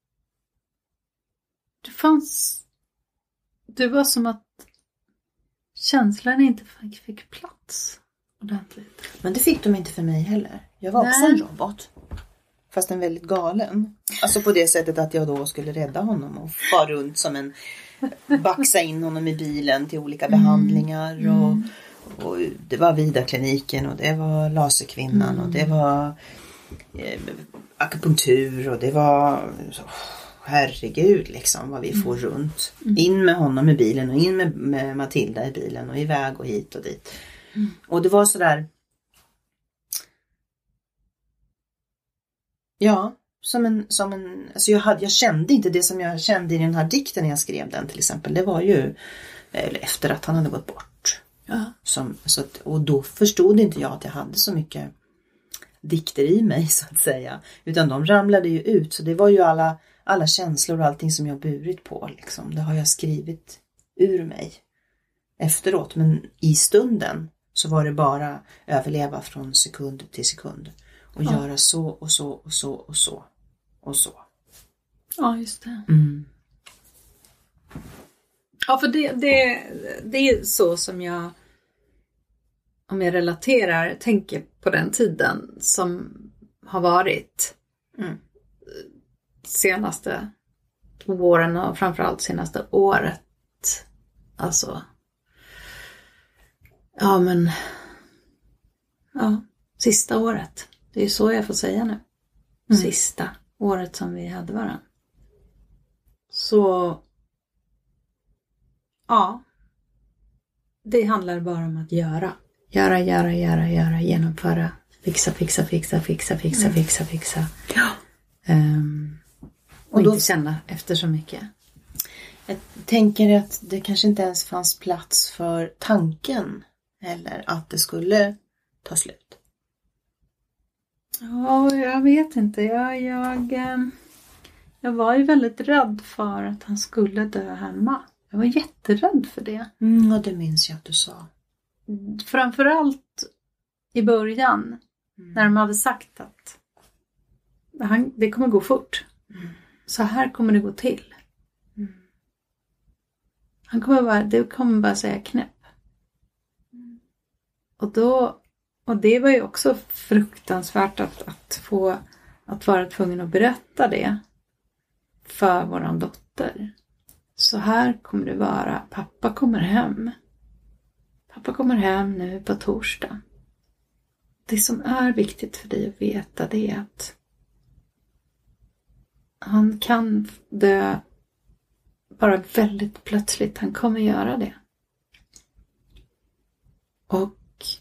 Det fanns, det var som att känslan inte fick, fick plats ordentligt. Men det fick de inte för mig heller. Jag var också Nej. en robot. Fast en väldigt galen. Alltså på det sättet att jag då skulle rädda honom och fara runt som en... Baxa in honom i bilen till olika mm. behandlingar. Mm. Och, och det var Vida-kliniken och det var laserkvinnan mm. och det var eh, akupunktur och det var... Så, herregud liksom vad vi får mm. runt. Mm. In med honom i bilen och in med, med Matilda i bilen och iväg och hit och dit. Mm. Och det var sådär... Ja, som en, som en alltså jag, hade, jag kände inte det som jag kände i den här dikten när jag skrev den till exempel. Det var ju eller efter att han hade gått bort. Ja. Som, så att, och då förstod inte jag att jag hade så mycket dikter i mig så att säga. Utan de ramlade ju ut. Så det var ju alla, alla känslor och allting som jag burit på. Liksom. Det har jag skrivit ur mig efteråt. Men i stunden så var det bara överleva från sekund till sekund. Och ja. Göra så och så och så och så och så. Ja, just det. Mm. Ja, för det, det, det är så som jag, om jag relaterar, tänker på den tiden som har varit mm. senaste åren och framförallt senaste året. Alltså, ja men, ja, sista året. Det är så jag får säga nu. Mm. Sista året som vi hade varann. Så ja, det handlar bara om att göra. Göra, göra, göra, göra, genomföra. Fixa, fixa, fixa, fixa, fixa, mm. fixa, fixa. Ja. Um, och och då, inte känna efter så mycket. Jag tänker att det kanske inte ens fanns plats för tanken. Eller att det skulle ta slut. Ja, jag vet inte. Jag, jag, jag var ju väldigt rädd för att han skulle dö hemma. Jag var jätterädd för det. Mm, och det minns jag att du sa. Framförallt i början. Mm. När de hade sagt att han, det kommer gå fort. Mm. Så här kommer det gå till. Mm. Han kommer bara, det kommer bara säga knäpp. Mm. Och då... Och det var ju också fruktansvärt att, att få att vara tvungen att berätta det för våran dotter. Så här kommer det vara. Pappa kommer hem. Pappa kommer hem nu på torsdag. Det som är viktigt för dig att veta det är att han kan dö bara väldigt plötsligt. Han kommer göra det. Och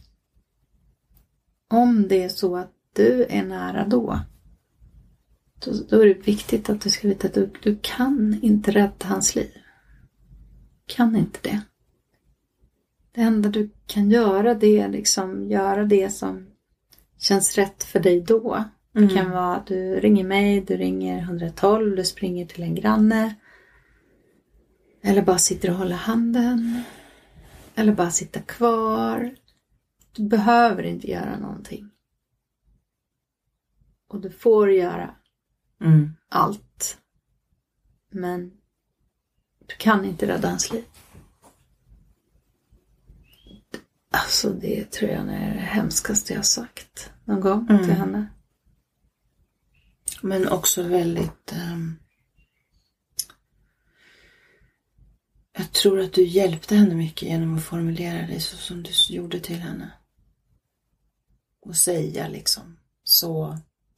om det är så att du är nära då, då, då är det viktigt att du ska veta att du, du kan inte rädda hans liv. Kan inte det. Det enda du kan göra det är liksom göra det som känns rätt för dig då. Mm. Det kan vara att du ringer mig, du ringer ett ett två, du springer till en granne. Eller bara sitter och håller handen. Eller bara sitta kvar. Du behöver inte göra någonting. Och du får göra mm. allt. Men du kan inte rädda hans liv. Alltså det tror jag är det hemskaste jag har sagt någon gång mm. till henne. Men också väldigt... Um, jag tror att du hjälpte henne mycket genom att formulera det så som du gjorde till henne. Och säga liksom så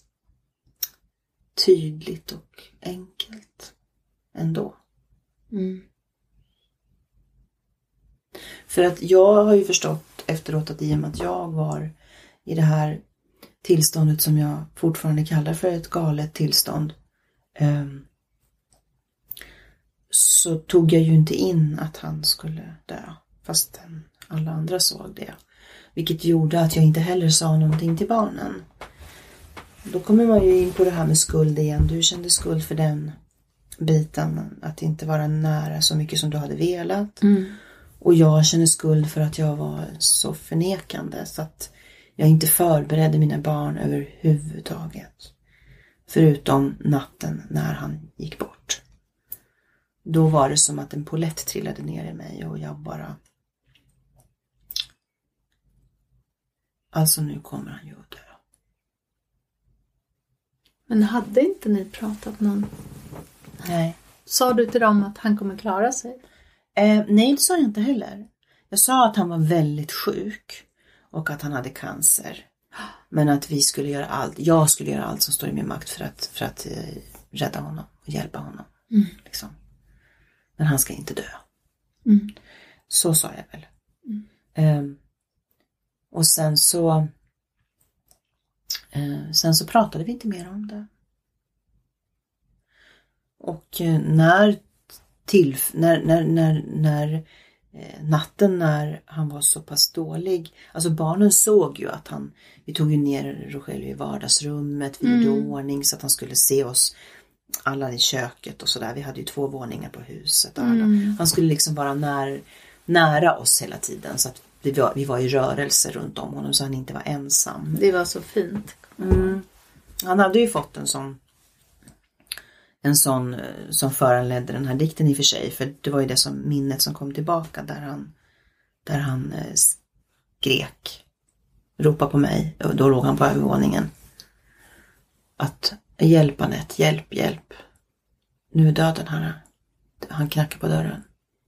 tydligt och enkelt ändå. Mm. För att jag har ju förstått efteråt att i och med att jag var i det här tillståndet som jag fortfarande kallar för ett galet tillstånd, um, så tog jag ju inte in att han skulle dö, fast alla andra såg det. Vilket gjorde att jag inte heller sa någonting till barnen. Då kommer man ju in på det här med skuld igen. Du kände skuld för den biten, att inte vara nära så mycket som du hade velat. Mm. Och jag känner skuld för att jag var så förnekande så att jag inte förberedde mina barn överhuvudtaget. Förutom natten när han gick bort. Då var det som att en polett trillade ner i mig och jag bara... Alltså nu kommer han ju att dö. Men hade inte ni pratat någon? Nej. Sa du till dem att han kommer klara sig? Eh, nej, det sa jag inte heller. Jag sa att han var väldigt sjuk och att han hade cancer. Men att vi skulle göra allt, jag skulle göra allt som står i min makt för att, för att eh, rädda honom och hjälpa honom. Mm. Liksom. Men han ska inte dö. Mm. Så sa jag väl. Mm. Eh, och sen så eh, sen så pratade vi inte mer om det. Och eh, när till när när när när eh, natten när han var så pass dålig, alltså barnen såg ju att han, vi tog ju ner Rogelio i vardagsrummet, vi gjorde mm. ordning så att han skulle se oss alla i köket och sådär. Vi hade ju två våningar på huset och alla. Mm. Han skulle liksom vara när, nära oss hela tiden så att vi var, vi var i rörelse runt om honom så han inte var ensam. Det var så fint. Mm. Han hade ju fått en sån en sån som föranledde den här dikten i och för sig, för det var ju det som minnet som kom tillbaka där han där han skrek, ropade på mig och då låg han på övervåningen att hjälp Anette, hjälp, hjälp, nu är döden här, han knackar på dörren.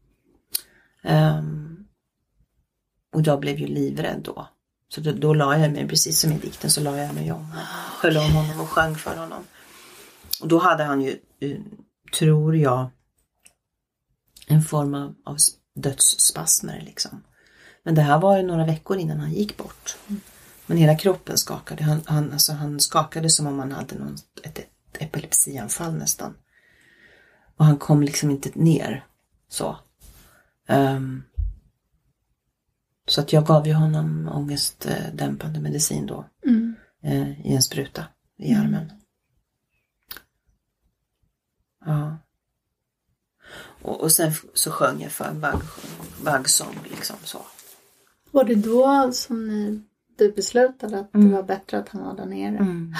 Um, och jag blev ju livrädd då, så då, då la jag mig, precis som i dikten så la jag mig om, höll om honom och sjöng för honom. Och då hade han ju, tror jag, en form av, av dödsspasmer liksom. Men det här var ju några veckor innan han gick bort. Mm. Men hela kroppen skakade. Han, han, alltså han skakade som om han hade någon, ett, ett epilepsianfall nästan. Och han kom liksom inte ner så. Um, så att jag gav ju honom ångestdämpande medicin då. Mm. Uh, I en spruta i armen. Mm. Ja. Och, och sen så sjöng jag för en vagg, vaggsång liksom så. Var det då som ni, du beslutade att mm. det var bättre att han var där nere? Mm.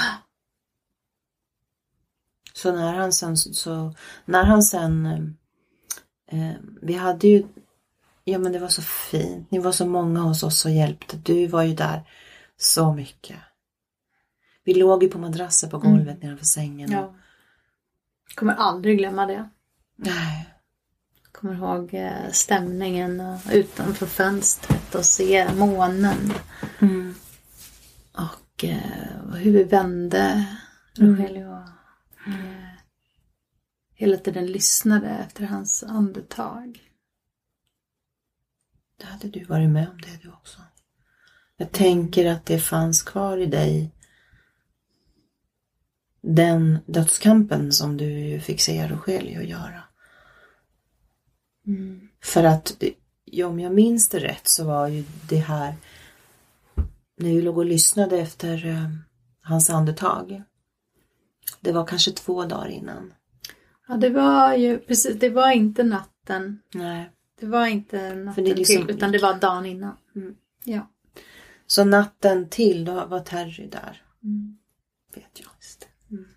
Så när han sen så när han sen eh, vi hade ju, ja men det var så fint. Ni var så många hos oss och hjälpte. Du var ju där så mycket. Vi låg ju på madrasser på golvet mm. nedanför sängen. Ja. Jag kommer aldrig glömma det. Nej. Jag kommer ihåg stämningen och utanför fönstret och se månen. Mm. Och eh, hur vi vände Rogelio. Mm. Eh, hela tiden lyssnade efter hans andetag. Det hade du varit med om det du också. Jag tänker att det fanns kvar i dig. Den dödskampen som du fick se Rogelio göra. Mm. För att, ja, om jag minns det rätt så var ju det här, när vi låg och lyssnade efter hans andetag. Det var kanske två dagar innan. Ja, det var ju precis, det var inte natten. Nej. Det var inte natten det liksom... till, utan det var dagen innan. Mm. Ja. Så natten till, då var Terry där. Mm. Vet jag. Mm.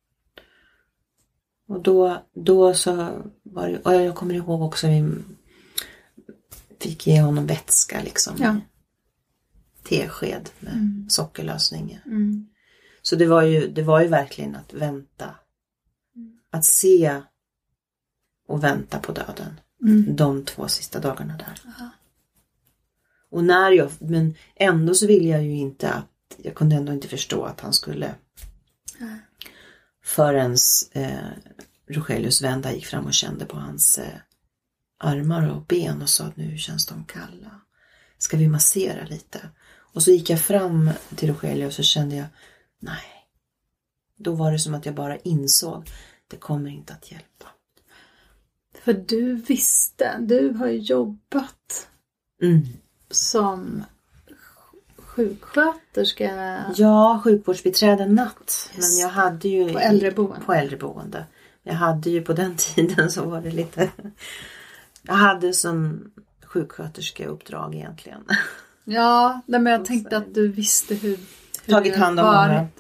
Och då, då så var det, och jag kommer ihåg också, vi fick ge honom vätska liksom. Ja. Tesked med mm. sockerlösning. Mm. Så det var ju, det var ju verkligen att vänta. Mm. Att se och vänta på döden. Mm. De två sista dagarna där. Aha. Och när jag, men ändå så ville jag ju inte att, jag kunde ändå inte förstå att han skulle mm. förrän eh, Rogelius vända gick fram och kände på hans eh, armar och ben och sa att nu känns de kalla. Ska vi massera lite? Och så gick jag fram till Rogelius och så kände jag, nej. Då var det som att jag bara insåg, det kommer inte att hjälpa. För du visste, du har jobbat mm. som sjuksköterska. Ja, sjukvårdsbiträde natt. Men jag hade ju på äldreboende. På äldreboende. Jag hade ju på den tiden så var det lite. Jag hade som sjuksköterska uppdrag egentligen. Ja, men jag tänkte att du visste hur, hur tagit hand om många. Mm.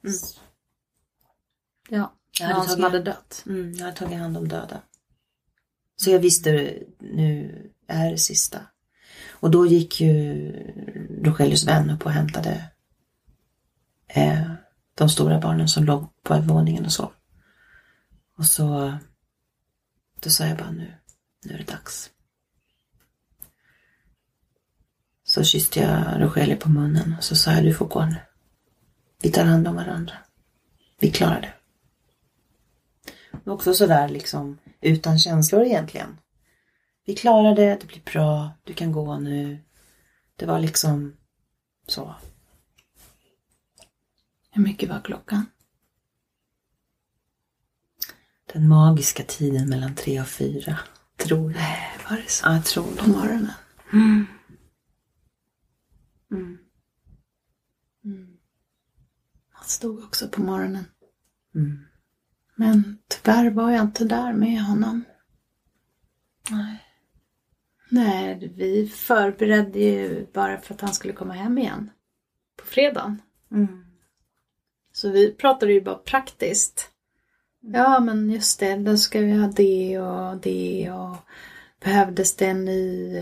Ja, jag hade, tagit, hade dött. Mm, jag hade tagit hand om döda. Så jag visste, nu är det sista. Och då gick ju Rogelius vän upp och hämtade eh, de stora barnen som låg på våningen och så. Och så då sa jag bara, nu, nu är det dags. Så kysste jag Rogelius på munnen och så sa jag, du får gå nu. Vi tar hand om varandra. Vi klarar det. Och också sådär liksom utan känslor egentligen. Vi klarar det, det blir bra, du kan gå nu. Det var liksom så. Hur mycket var klockan? Den magiska tiden mellan tre och fyra, tror jag. Nej, var det så? Ja, jag tror det. På morgonen. Mm. Mm. Mm. Han stod också på morgonen. Mm. Men tyvärr var jag inte där med honom. Nej. Nej, vi förberedde ju bara för att han skulle komma hem igen. På fredagen. Mm. Så vi pratade ju bara praktiskt. Mm. Ja, men just det, då ska vi ha det och det och behövdes det en ny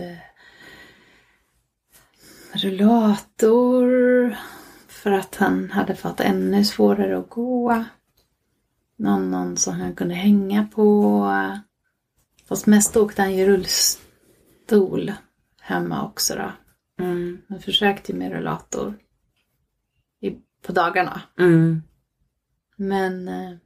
rullator för att han hade fått ännu svårare att gå. Någon, någon som han kunde hänga på. Fast mest åkte han i rullstol hemma också då. Mm. Han försökte med rullator i, på dagarna. Mm. Men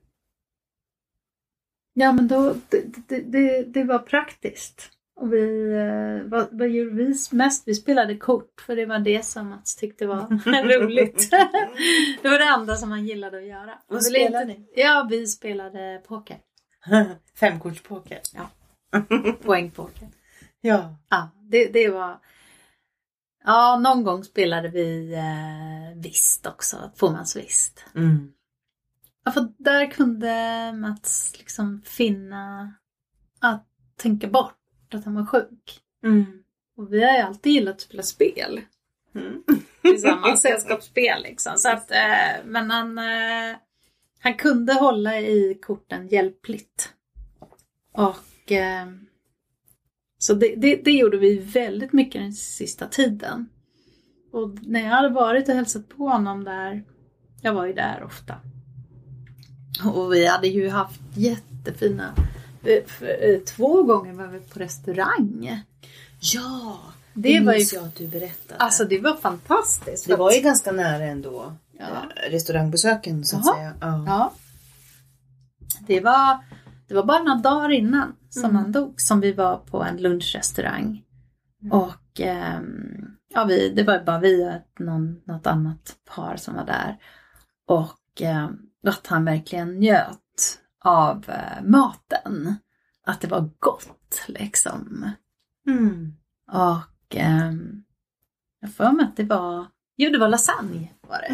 ja, men då det, det, det, det var praktiskt. Och vi, vad, vad gjorde vi mest? Vi spelade kort, för det var det som Mats tyckte var roligt. Det var det enda som han gillade att göra. Vad spelade inte... ni? Ja, vi spelade poker. Femkortspoker. Ja. Poängpoker. Ja. Ja, det, det var... Ja, någon gång spelade vi eh, visst också. Tvåmansvisst. Mm. Ja, för där kunde Mats liksom finna att tänka bort att han var sjuk. Mm. Och vi har ju alltid gillat att spela spel. Mm. Tillsammans, sällskapsspel liksom. Så att, eh, men han, eh, han kunde hålla i korten hjälpligt. Och eh, så det, det, det gjorde vi väldigt mycket den sista tiden. Och när jag hade varit och hälsat på honom där, jag var ju där ofta. Och vi hade ju haft jättefina, två gånger var vi på restaurang. Ja, det, det var minns ju, jag att du berättade. Alltså det var fantastiskt. Det var ju ganska nära ändå. Ja. Restaurangbesöken så att Jaha. säga. Ja. Ja. Det var, det var bara några dagar innan som Mm. han dog, som vi var på en lunchrestaurang. Mm. Och ehm, ja, vi, det var bara vi och någon, något annat par som var där. Och ehm, att han verkligen njöt av eh, maten. Att det var gott liksom. Mm. Och ehm, jag får med att det var, jo det var lasagne var det.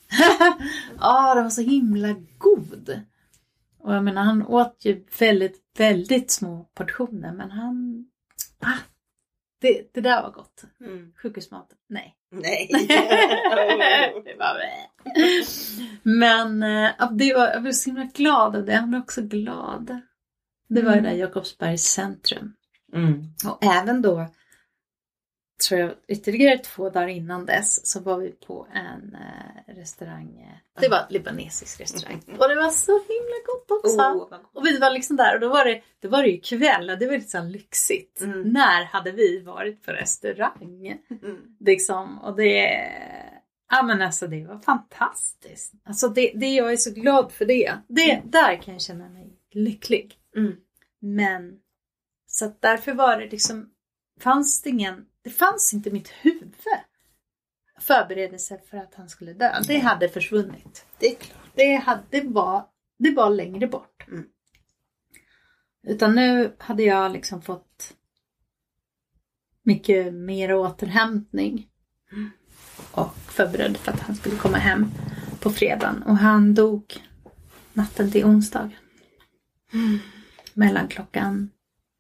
Ja, det var så himla god. Och jag menar, han åt ju väldigt, väldigt små portioner. Men han... Ah, det, det där var gott. Mm. Sjukhusmaten. Nej. Nej. Det var men det var, jag blev så himla glad av det. Han var också glad. Det var mm. ju där Jakobsbergs centrum. Mm. Och även då, tror jag, ytterligare två dagar innan dess så var vi på en eh, restaurang. Det var en libanesisk restaurang. Mm. Och det var så himla gott också. Oh. Och vi var liksom där och då var det, det var det ju kväll och det var lite så lyxigt. Mm. När hade vi varit på restaurang? Mm. Liksom, och det, ja men alltså det var fantastiskt. Alltså det, det jag är så glad för det. det mm. Där kan jag känna mig lycklig. Mm. Men så att därför var det liksom, fanns det ingen, det fanns inte mitt huvud förberedelse för att han skulle dö. Det hade försvunnit. Det är klart. Det, hade, det, var, det var längre bort. Mm. Utan nu hade jag liksom fått mycket mer återhämtning. Mm. Och förberedd för att han skulle komma hem på fredagen. Och han dog natten till onsdag. Mm. Mellan klockan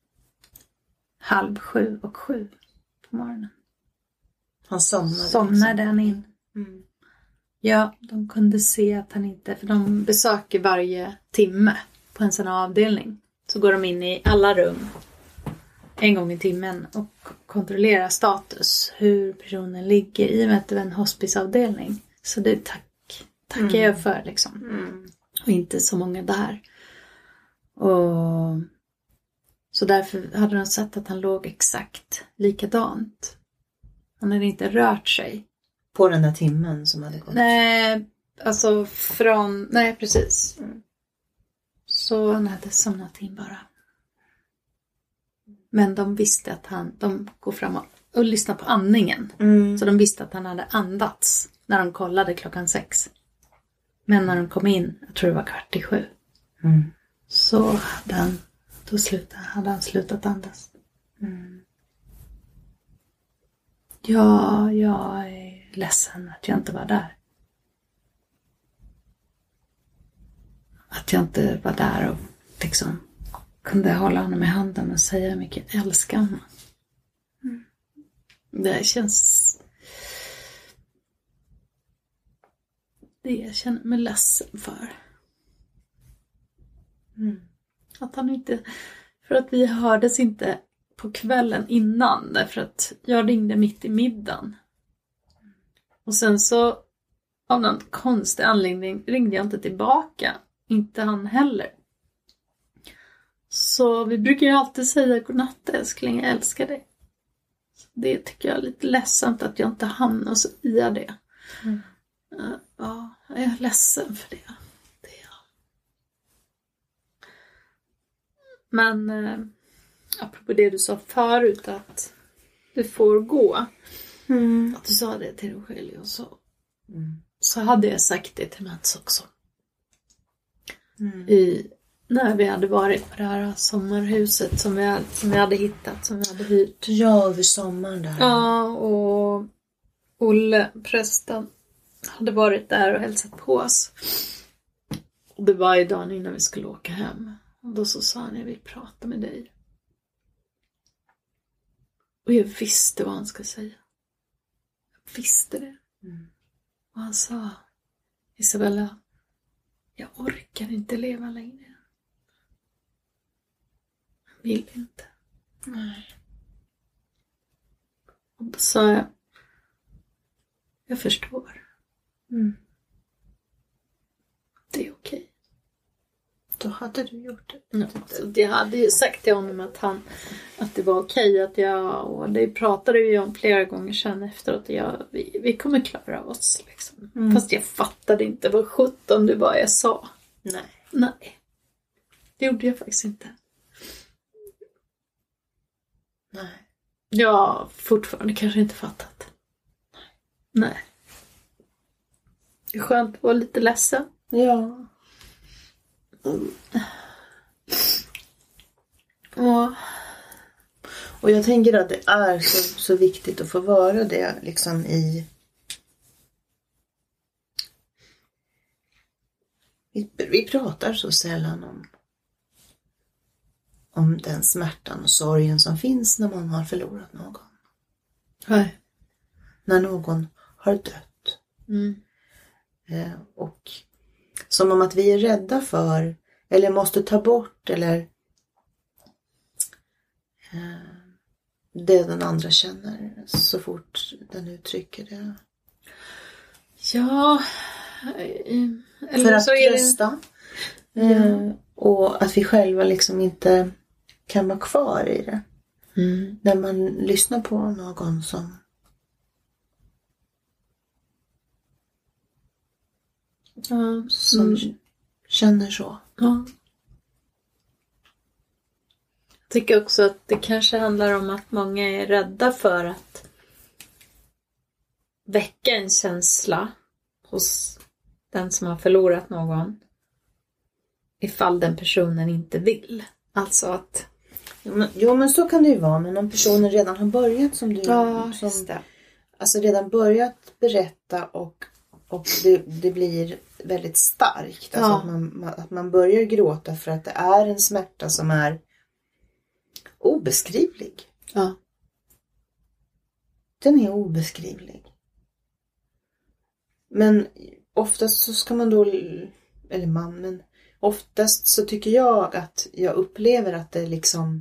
halv sju och sju på morgonen. Han somnade. Somnade han in. Mm. Ja, de kunde se att han inte... För de besöker varje timme på en sån avdelning. Så går de in i alla rum en gång i timmen och kontrollerar status. Hur personen ligger i en hospiceavdelning. Så det tack, tackar mm. jag för liksom. Mm. Och inte så många där. Och så därför hade de sett att han låg exakt likadant. Han hade inte rört sig. På den där timmen som hade gått? Nej, alltså från... Nej, precis. Mm. Så han hade somnat in bara. Men de visste att han... De går fram och, och lyssnar på andningen. Mm. Så de visste att han hade andats när de kollade klockan sex. Men när de kom in, jag tror det var kvart i sju. Mm. Så hade han... Då slutade, hade han slutat andas. Mm. Ja, jag är ledsen att jag inte var där. Att jag inte var där och liksom kunde hålla honom i handen och säga hur mycket jag älskar honom. Mm. Det känns... Det jag känner mig ledsen för. Mm. Att han inte... För att vi hördes inte på kvällen innan. Därför att jag ringde mitt i middagen. Och sen så... Av någon konstig anledning ringde jag inte tillbaka. Inte han heller. Så vi brukar ju alltid säga godnatt älskling, jag älskar dig. Så det tycker jag är lite ledsamt att jag inte hamnar så i det. Mm. Ja, jag är ledsen för det. Det är jag. Men eh, apropå det du sa förut att du får gå. Mm. Att du sa det till dig själv och så. Mm. Så hade jag sagt det till Mats också. Mm. I, när vi hade varit på det här sommarhuset som vi, som vi hade hittat, som vi hade hyrt. Ja, över sommaren där. Ja, och Olle, prästen, hade varit där och hälsat på oss. Och det var ju dagen innan vi skulle åka hem. Och då så sa han, jag vill prata med dig. Och jag visste vad han skulle säga. Jag visste det. Mm. Och han sa, Isabella, jag orkar inte leva längre. Jag vill inte. Nej. Och då sa jag, jag förstår. Mm. Det är okej. Då hade du gjort det. Ja, så jag hade ju sagt till honom att, han, att det var okej. Att jag, och det pratade vi om flera gånger sedan efteråt. Jag, vi, vi kommer klara oss. Liksom. Mm. Fast jag fattade inte vad sjutton det var jag sa. Nej. Nej. Det gjorde jag faktiskt inte. Nej. Jag har fortfarande kanske inte fattat. Nej. Det är skönt att vara lite ledsen. Ja. Mm. Ja. Och jag tänker att det är så, så viktigt att få vara det liksom i Vi, vi pratar så sällan om, om den smärtan och sorgen som finns när man har förlorat någon. Nej. När någon har dött. Mm. Eh, och som om att vi är rädda för, eller måste ta bort, eller eh, det den andra känner så fort den uttrycker det. Ja. Eller för att så är trösta. det... Eh, och att vi själva liksom inte kan vara kvar i det. Mm. När man lyssnar på någon som Ja, som mm. känner så. Ja. Jag tycker också att det kanske handlar om att många är rädda för att väcka en känsla hos den som har förlorat någon ifall den personen inte vill. Alltså att... Jo men, jo, men så kan det ju vara. Men om personen redan har börjat som du... Ja, som, just det. Alltså redan börjat berätta och, och det, det blir väldigt starkt. Alltså Ja. att, man, att man börjar gråta för att det är en smärta som är obeskrivlig. Ja. Den är obeskrivlig. Men oftast så ska man då... Eller man, men oftast så tycker jag att jag upplever att det liksom...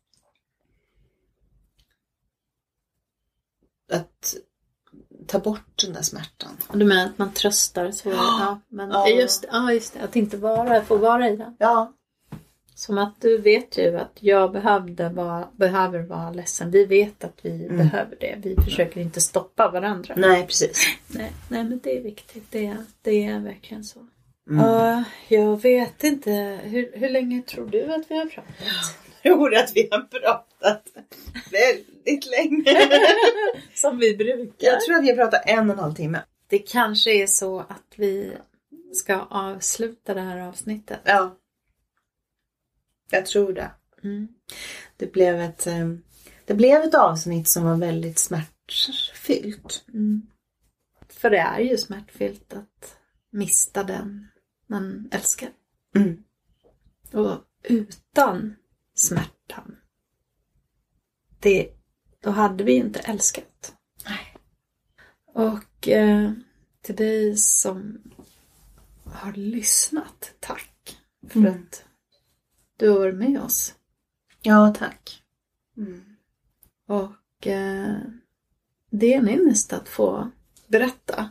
Att ta bort den där smärtan. Och du menar att man tröstar så? Ja, men Ja. Just, ja, just det. Att inte vara, få vara i den. Ja. Som att du vet ju att jag behövde vara, behöver vara ledsen. Vi vet att vi Mm. behöver det. Vi försöker inte stoppa varandra. Nej, precis. Nej, nej men det är viktigt. Det är, det är verkligen så. Mm. Ja, jag vet inte. Hur, hur länge tror du att vi har pratat? Jag tror att vi har pratat väldigt länge. Som vi brukar. Jag tror att vi har pratat en och en halv timme. Det kanske är så att vi ska avsluta det här avsnittet. Ja. Jag tror det. Mm. Det blev ett, eh, det blev ett avsnitt som var väldigt smärtfyllt. Mm. För det är ju smärtfyllt att mista den man älskar. Mm. Och utan smärtan, det, då hade vi inte älskat. Nej. Och eh, till dig som har lyssnat, tack för Mm. att du har varit med oss. Ja, tack. Mm. Och eh, det är en ynnest att få berätta.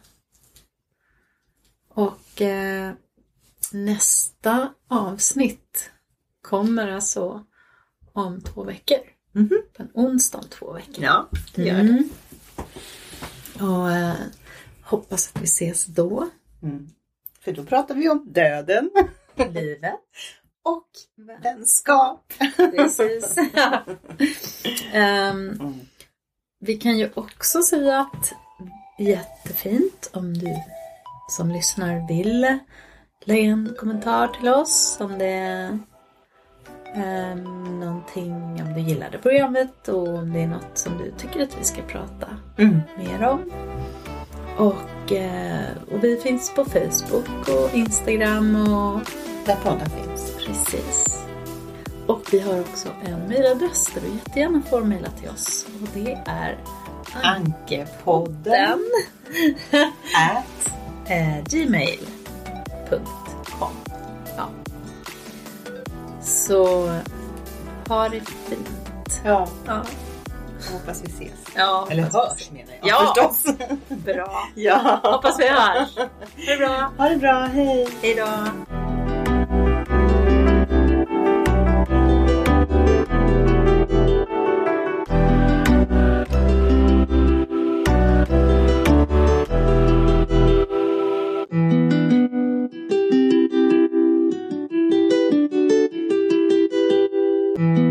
Och eh, nästa avsnitt kommer alltså om två veckor. Mm-hmm. På en onsdag om två veckor. Ja, det gör Mm. det. Och eh, hoppas att vi ses då. Mm. För då pratar vi om döden. Livet. Och vänskap. Precis. um, Mm. vi kan ju också säga att jättefint om du som lyssnar vill lägga en kommentar till oss. Om det är um, någonting, om du gillade programmet och om det är något som du tycker att vi ska prata Mm. mer om. Och, eh, och vi finns på Facebook och Instagram och Där poddar finns. precis. Och vi har också en mejladress där du jättegärna får mejla till oss. Och det är Ankepodden at eh, gmail punkt com. Ja. Så ha det fint. Ja, Ja. jag hoppas vi ses. Ja. Eller hörs menar jag. Ja. Förstås. Bra. Ja. Hoppas vi hörs. Ha det bra. Ha det bra, hej. Hej då. Mm.